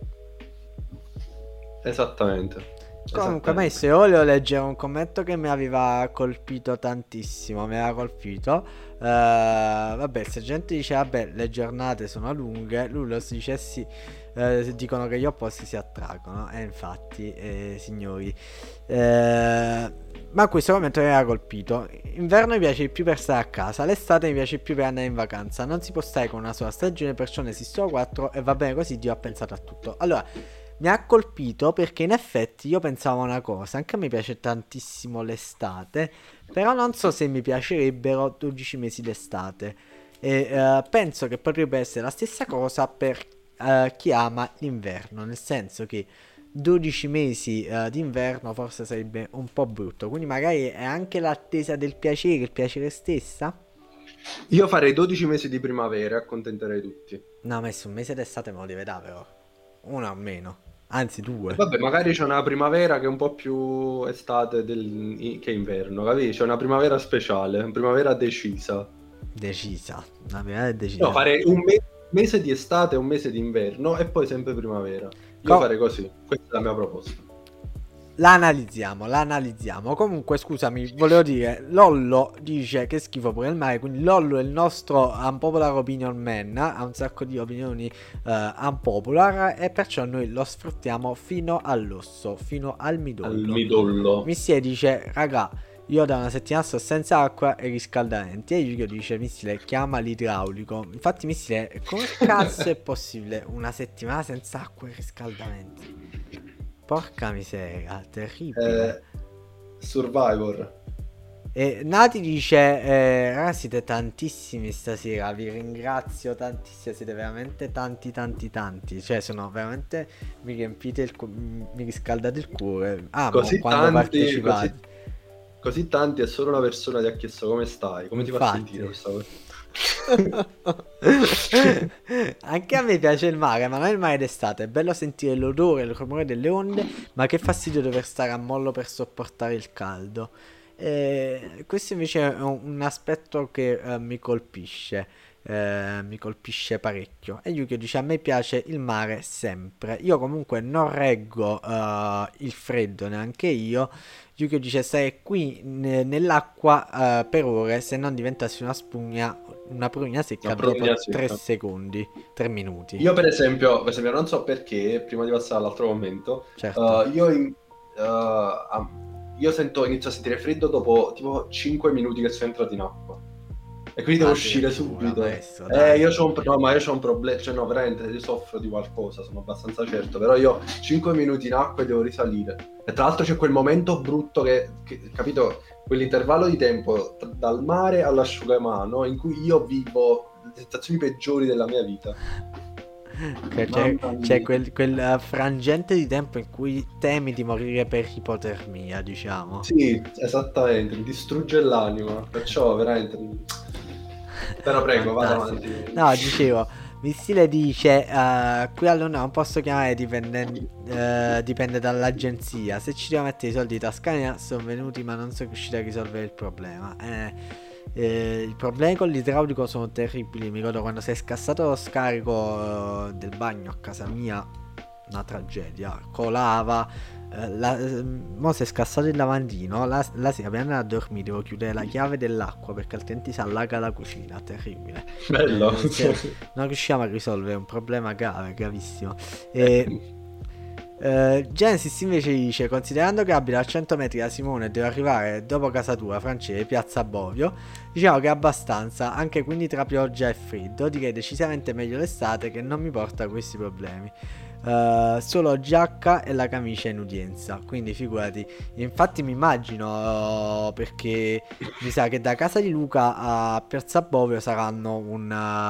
Esattamente. Comunque, Esattamente. maestro, io volevo leggere un commento che mi aveva colpito tantissimo. Mi aveva colpito. Eh, vabbè, se gente dice, vabbè, le giornate sono lunghe, lui lo si dice sì. eh, dicono che gli opposti si attraggono. E infatti, eh, signori, eh, ma questo commento mi aveva colpito. Inverno mi piace di più per stare a casa, l'estate mi piace di più per andare in vacanza. Non si può stare con una sola stagione, perciò ne esistono quattro e va bene così. Dio ha pensato a tutto. Allora, mi ha colpito perché in effetti io pensavo a una cosa, anche a me piace tantissimo l'estate, però non so se mi piacerebbero dodici mesi d'estate. E eh, penso che potrebbe essere la stessa cosa per eh, chi ama l'inverno, nel senso che dodici mesi eh, d'inverno forse sarebbe un po' brutto, quindi magari è anche l'attesa del piacere, il piacere stessa. Io farei dodici mesi di primavera e accontenterei tutti. No, messo un mese d'estate me lo deve dare però, uno o meno, anzi due. Vabbè, magari c'è una primavera che è un po' più estate del- i- che inverno, capisci? C'è una primavera speciale, una primavera decisa. Decisa, la primavera è decisa. No, farei un me- mese di estate e un mese di inverno e poi sempre primavera. Io Co- farei così, questa è la mia proposta. La analizziamo, la analizziamo. Comunque, scusami, volevo dire, Lollo dice che schifo pure il mare. Quindi Lollo è il nostro unpopular opinion man, ha un sacco di opinioni eh, unpopular e perciò noi lo sfruttiamo fino all'osso, fino al midollo. Al midollo. Missie dice, raga, io da una settimana sto senza acqua e riscaldamenti. E Yukio dice: Missile, chiama l'idraulico. Infatti Missile, come cazzo è possibile una settimana senza acqua e riscaldamenti? Porca miseria, terribile. Eh, Survivor. E Nati dice: eh, ragazzi, siete tantissimi stasera, vi ringrazio tantissimo, siete veramente tanti tanti tanti, cioè sono veramente, mi riempite il cu- mi riscaldate il cuore. Ah, Così quando tanti, partecipate. così, così tanti e solo una persona ti ha chiesto come stai, come ti fa Infatti. sentire questa cosa? Anche a me piace il mare, ma non il mare d'estate. È bello sentire l'odore, il rumore delle onde, ma che fastidio dover stare a mollo per sopportare il caldo. E questo invece è un, un aspetto che eh, mi colpisce. eh, mi colpisce parecchio. E Yukio dice: a me piace il mare sempre. Io comunque non reggo eh, il freddo, neanche io. Yukio dice: stare qui ne- nell'acqua eh, per ore, se non diventassi una spugna, una prugna secca Una dopo prugna secca. tre secondi, tre minuti. Io per esempio, per esempio, non so perché, prima di passare all'altro commento, Certo. uh, io, in- uh, am- io sento, inizio a sentire freddo dopo tipo cinque minuti che sono entrato in acqua. E quindi devo uscire Addirittura, subito. maestro, Eh, dai. io c'ho un, no, ma io c'ho un problema, cioè no, veramente, io soffro di qualcosa, sono abbastanza certo, però io cinque minuti in acqua e devo risalire. E tra l'altro c'è quel momento brutto che, che- capito, quell'intervallo di tempo tra- dal mare all'asciugamano in cui io vivo le sensazioni peggiori della mia vita. Che c'è, Mamma c'è mia. quel, quel eh, frangente di tempo in cui temi di morire per ipotermia, diciamo. Sì, esattamente, mi distrugge l'anima, perciò veramente... Però prego, vada Fantastico. avanti. No, dicevo, Missile dice: eh, qui a Londra non posso chiamare, dipende, eh, dipende dall'agenzia. Se ci devo mettere i soldi in tasca mia, sono venuti, ma non sono riusciti a risolvere il problema. Eh, eh, i problemi con l'idraulico sono terribili. Mi ricordo quando si è scassato lo scarico eh, del bagno a casa mia, una tragedia. Colava. Eh, la, eh, mo si è scassato il lavandino. La, la sera per andare a dormire devo chiudere la chiave dell'acqua perché altrimenti si allaga la cucina. Terribile. Bello. Eh, se- non riusciamo a risolvere un problema grave, gravissimo. E, eh, Genesis invece dice: considerando che abita a cento metri da Simone e devo arrivare dopo casa tua, Francese, piazza Bovio, diciamo che è abbastanza, anche quindi tra pioggia e freddo, direi decisamente meglio l'estate che non mi porta a questi problemi. Eh, solo giacca e la camicia in udienza, quindi figurati. Infatti mi immagino, eh, perché mi sa che da casa di Luca a piazza Bovio saranno un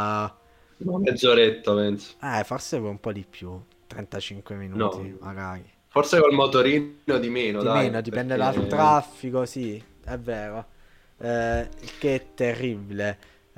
eh, Una mezz'oretta, penso. eh, forse un po' di più, trentacinque minuti No, magari. forse col motorino di meno, Di dai. meno, dipende perché- dal traffico, sì, è vero. Eh, il che è terribile.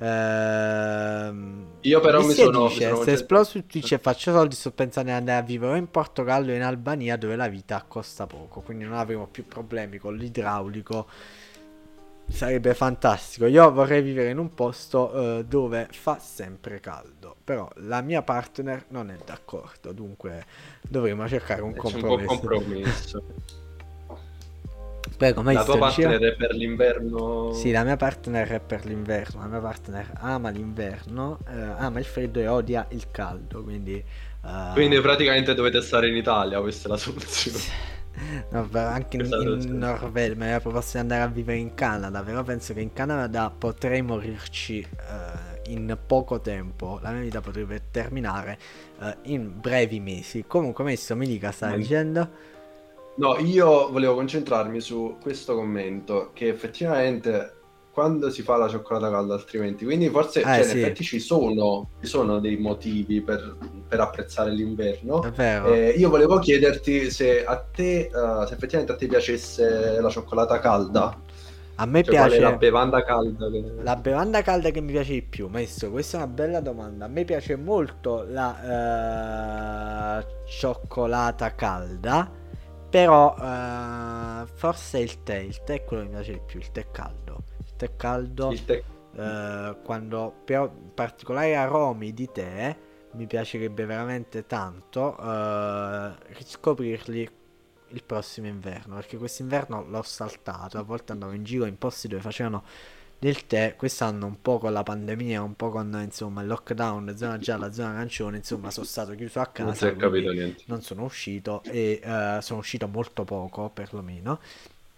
Ehm, Io però mi Missia sono- mi dice: sono se concent- esplodo su Twitch e faccio soldi, sto pensando di andare a vivere o in Portogallo o in Albania, dove la vita costa poco, quindi non avremo più problemi con l'idraulico. Sarebbe fantastico. Io vorrei vivere in un posto eh, dove fa sempre caldo, però la mia partner non è d'accordo, dunque dovremo cercare un C'è un po' compromesso. compromesso. Prego, La tua maestro, diceva? partner è per l'inverno? Sì, la mia partner è per l'inverno. La mia partner ama l'inverno, eh, ama il freddo e odia il caldo. Quindi, eh, Quindi praticamente dovete stare in Italia, questa è la soluzione. no, però anche in, Questa è la in soluzione. Norvegia. Mi aveva proposto di andare a vivere in Canada. Però penso che in Canada potrei morirci eh, in poco tempo. La mia vita potrebbe terminare eh, in brevi mesi. Comunque, maestro, mi dica, sta Ma- dicendo? No, io volevo concentrarmi su questo commento, che effettivamente quando si fa la cioccolata calda altrimenti, quindi forse, Eh, cioè, sì. in effetti ci sono, ci sono dei motivi per, per apprezzare l'inverno. È vero. Eh, io volevo chiederti se a te, eh, se effettivamente a te piacesse la cioccolata calda, A me cioè qual è piace la bevanda calda che... la bevanda calda che mi piace di più, maestro. Questa è una bella domanda. A me piace molto la eh, cioccolata calda. Però eh, forse il tè. Il tè è quello che mi piace di più. Il tè caldo. Il tè caldo. il tè- eh, quando per particolari aromi di tè mi piacerebbe veramente tanto eh, riscoprirli il prossimo inverno, perché quest'inverno l'ho saltato. A volte andavo in giro in posti dove facevano del tè. Quest'anno un po' con la pandemia, un po' con insomma il lockdown, zona gialla, zona arancione, insomma sono stato chiuso a casa, Non si è quindi capito niente. non sono uscito e eh, sono uscito molto poco perlomeno.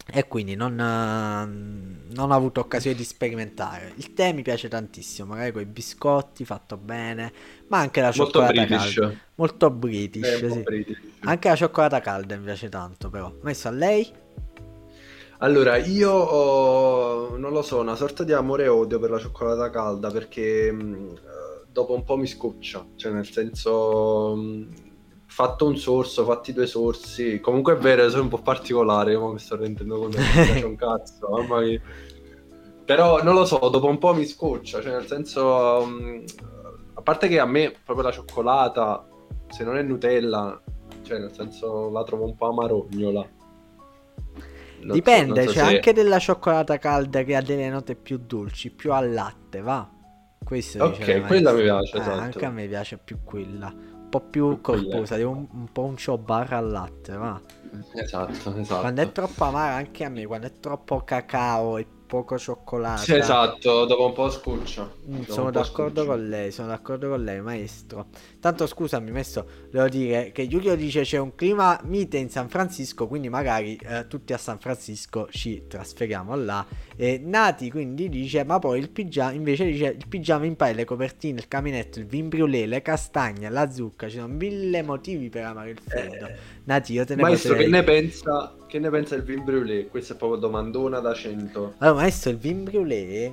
e quindi non, eh, non ho avuto occasione di sperimentare. Il tè mi piace tantissimo, magari con i biscotti fatto bene, ma anche la Molto cioccolata British. calda, molto È British, un po' sì. British. Anche la cioccolata calda mi piace tanto, però. Messo a lei? Allora, io ho, non lo so, una sorta di amore e odio per la cioccolata calda perché mh, eh, dopo un po' mi scoccia, cioè nel senso, mh, fatto un sorso, fatti due sorsi, comunque è vero, sono un po' particolare, io mo mi sto rendendo conto che mi piace un cazzo, mamma mia. Però non lo so, dopo un po' mi scoccia, cioè nel senso, mh, a parte che a me proprio la cioccolata, se non è Nutella, cioè nel senso la trovo un po' amarognola. Non so, Dipende, non so c'è se... anche della cioccolata calda che ha delle note più dolci, più al latte, va. Questo Ok, dice la quella mi maestra. piace, Eh, esatto. anche a me piace più quella. Un po' più Più quella. corposa, tipo un, un po' un ciabatta al latte, va. Esatto, Quando è esatto. troppo amara anche a me, quando è troppo cacao e poco cioccolata. Sì, esatto, dopo un po' scoccia. Mm, Dopo sono un po' d'accordo scoccia. con lei, sono d'accordo con lei, maestro. Tanto scusami, messo, devo dire che Giulio dice c'è un clima mite in San Francisco, quindi magari eh, tutti a San Francisco ci trasferiamo là. E Nati quindi dice, ma poi il pigiama, invece dice il pigiama in pelle, le copertine, il caminetto, il vin brûlé, le castagne, la zucca, ci sono mille motivi per amare il freddo. Eh, Nati, io te ne Maestro, che potrei... ne pensa? Che ne pensa il vin brûlé? Questa è proprio domandona da cento. Allora, maestro, il vin brûlé...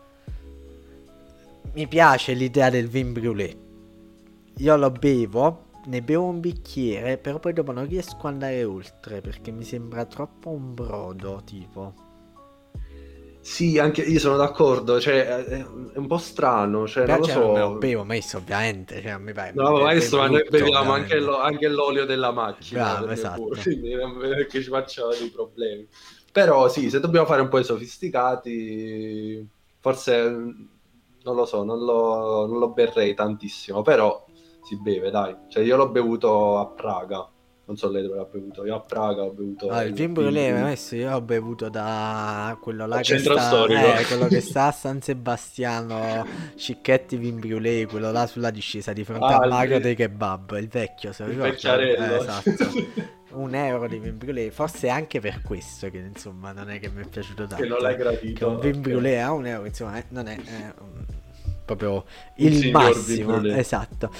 Mi piace l'idea del vin brûlé. Io lo bevo, ne bevo un bicchiere, però poi dopo non riesco ad andare oltre perché mi sembra troppo un brodo, tipo. Sì, anche io sono d'accordo, cioè è, è un po' strano, cioè Però non lo cioè, non me lo so. bevo, messo ovviamente, cioè, mi pare, No, è- è maestro, ma noi brutto, beviamo anche, ovviamente. lo- anche l'olio della macchina Bravo, per esatto. pure, quindi non vedo che ci facciano dei problemi. Però sì, se dobbiamo fare un po' i sofisticati, forse mh, non lo so, non lo, non lo berrei tantissimo, però si beve, dai. Cioè io l'ho bevuto a Praga, non so lei dove l'ha bevuto, io a Praga ho bevuto Allora, il vin vin brûlé, brûlé. messo, io ho bevuto da quello là Al che centro sta, storico. eh, quello che sta a San Sebastiano, Cicchetti Vin Brûlé, quello là sulla discesa di fronte Ah, a il, Mario dei Kebab, il vecchio, se lo il ricordo. Eh, vecchiarello. esatto. Un euro di vin brûlé, forse anche per questo che insomma non è che mi è piaciuto tanto. Che non l'hai Che gradito. un vin ok. brûlé a un euro, insomma, eh, non è eh, um, proprio Un il signor vin massimo, brûlé. esatto.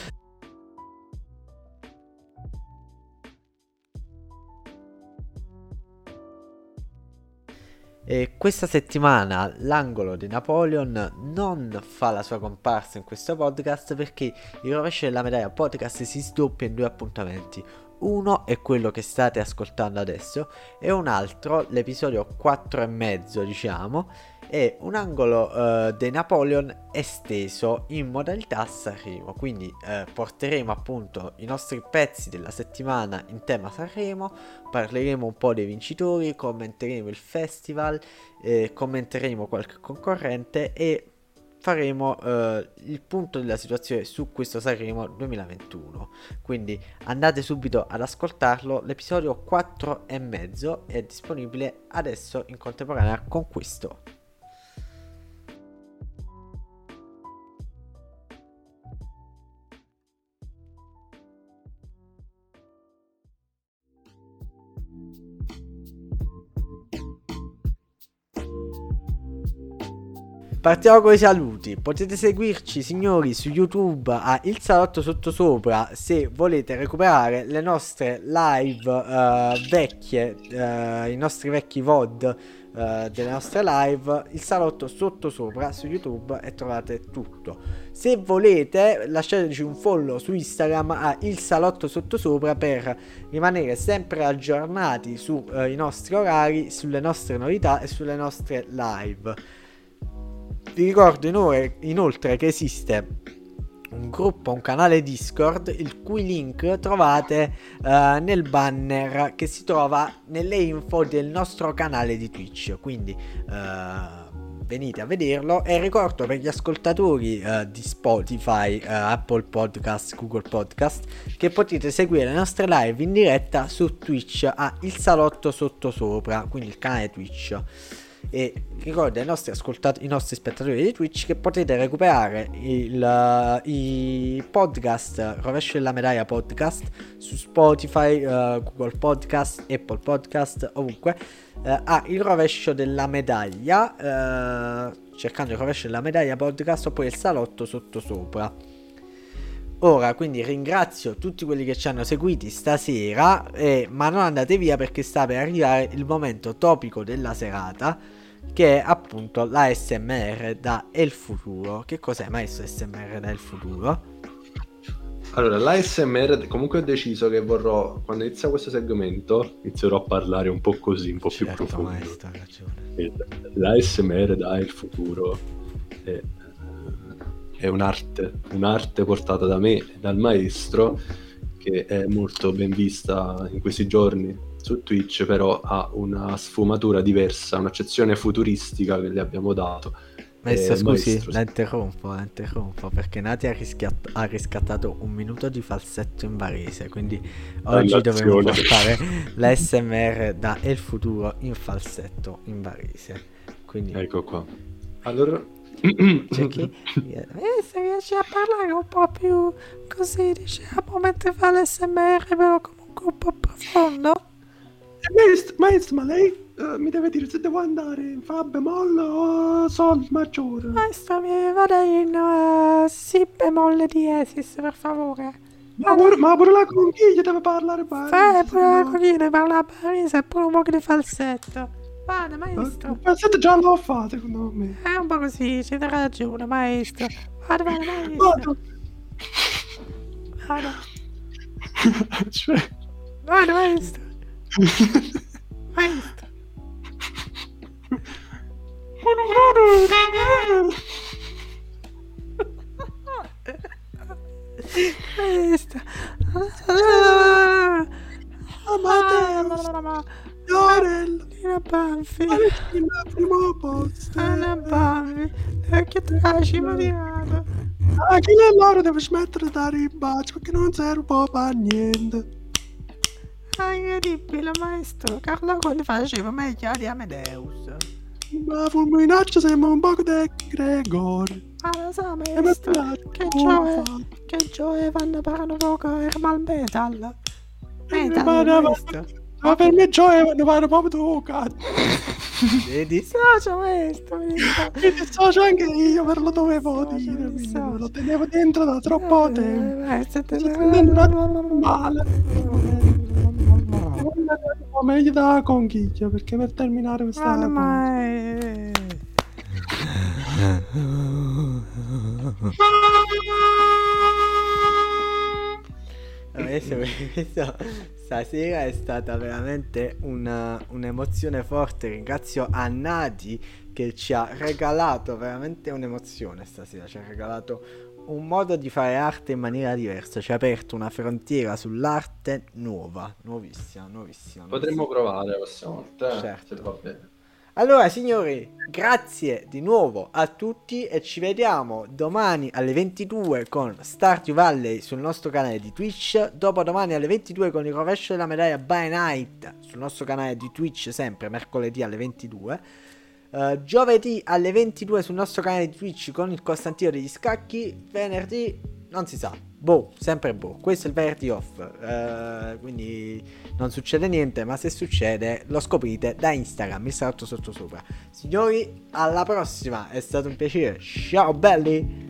E questa settimana l'angolo di Napoleon non fa la sua comparsa in questo podcast perché il rovescio della medaglia podcast si sdoppia in due appuntamenti. Uno è quello che state ascoltando adesso e un altro, l'episodio quattro e mezzo diciamo, è un angolo eh, di Napoleon esteso in modalità Sanremo, quindi eh, porteremo appunto i nostri pezzi della settimana in tema Sanremo, parleremo un po' dei vincitori, commenteremo il festival, eh, commenteremo qualche concorrente e faremo eh, il punto della situazione su questo Sanremo duemilaventuno. Quindi andate subito ad ascoltarlo, l'episodio quattro e mezzo è disponibile adesso in contemporanea con questo. Partiamo con i saluti. Potete seguirci signori su YouTube a Il Salotto Sottosopra se volete recuperare le nostre live uh, vecchie, uh, i nostri vecchi V O D uh, delle nostre live. Il Salotto Sottosopra su YouTube e trovate tutto. Se volete lasciateci un follow su Instagram a Il Salotto Sottosopra per rimanere sempre aggiornati sui uh, nostri orari, sulle nostre novità e sulle nostre live. Vi ricordo inoltre che esiste un gruppo, un canale Discord, il cui link trovate uh, nel banner che si trova nelle info del nostro canale di Twitch, quindi uh, venite a vederlo. E ricordo per gli ascoltatori uh, di Spotify, uh, Apple Podcast, Google Podcast, che potete seguire le nostre live in diretta su Twitch a Il Salotto Sottosopra, quindi il canale Twitch. E ricordo ai nostri ascoltatori, i nostri spettatori di Twitch, che potete recuperare il, i podcast Rovescio della Medaglia podcast su Spotify, uh, Google Podcast, Apple Podcast, ovunque, uh, a Il Rovescio della Medaglia, uh, cercando Il Rovescio della Medaglia podcast, oppure Il Salotto sottosopra. Ora, quindi ringrazio tutti quelli che ci hanno seguiti stasera, eh, ma non andate via, perché sta per arrivare il momento topico della serata, che è appunto la S M R da El Futuro. Che cos'è, maestro, S M R da El Futuro? Allora, la S M R, comunque ho deciso che vorrò, quando inizia questo segmento, inizierò a parlare un po' così, un po' certo, più profondo. Maestro, ha ragione. La S M R da El Futuro è, è un'arte, un'arte portata da me e dal maestro, che è molto ben vista in questi giorni su Twitch, però ha una sfumatura diversa, un'accezione futuristica che le abbiamo dato. Maestro, eh, scusi, maestro, la interrompo, la interrompo, perché Nati ha, rischiat- ha riscattato un minuto di falsetto in barese, quindi oggi dovremo portare la S M R da El Futuro in falsetto in barese. Quindi... ecco qua. Allora... c'è chi eh, se riesci a parlare un po' più così, diciamo, mentre fa l'S M R, però comunque un po' profondo. Maestro, maestro, ma lei uh, mi deve dire se devo andare in fa bemolle o sol maggiore. Maestro, mi vada in uh, si bemolle diesis, per favore. Ma pure, ma pure la conchiglia deve parlare bene. Eh, pure la conchiglia parla barese e pure un po' di falsetto. Vada, maestro. Il falsetto già l'ho fatto, secondo me. È un po' così, c'è ragione, maestro. Vada, vada, maestro. Vada. Cioè... vada, maestro. Maestro. Maestro. Amadeus. Dorel. Lina Banfi. Alessina primo posto. Lina Banfi. Che trasci mi tirato. Ah, chi è loro deve smettere di dare i baci, perché non serve per niente. Ah, incredibile, maestro. Carlo Conti faceva meglio di Amadeus. Ma fulminaccia sembra un po' di Gregori. Ah, lo so, maestro. Che gioia, che gioia quando parlano poco Ermal Metal. Metal, maestro. Ma per me gioia quando parlo proprio tu, cazzo. Mi dissocio, maestro. Mi Mi dissocio anche io, per lo dovevo dire. Me lo tenevo dentro da troppo tempo. Maestro, te male. Meglio da conchiglia, perché per terminare questa non mai. Adesso questo stasera è stata veramente una, un'emozione forte. Ringrazio a Nati che ci ha regalato veramente un'emozione stasera, ci ha regalato un modo di fare arte in maniera diversa, ci ha aperto una frontiera sull'arte nuova, nuovissima, nuovissima. Potremmo provare la prossima volta, certo. Se va bene. Allora signori, grazie di nuovo a tutti e ci vediamo domani alle ventidue con Stardew Valley sul nostro canale di Twitch, dopodomani alle ventidue con il Rovescio della Medaglia by Night sul nostro canale di Twitch, sempre mercoledì alle ventidue, uh, giovedì alle ventidue sul nostro canale di Twitch con il Costantino degli Scacchi, venerdì non si sa, boh, sempre boh, questo è il venerdì off, uh, quindi non succede niente, ma se succede lo scoprite da Instagram, il salotto sottosopra. Signori, alla prossima, è stato un piacere, ciao belli!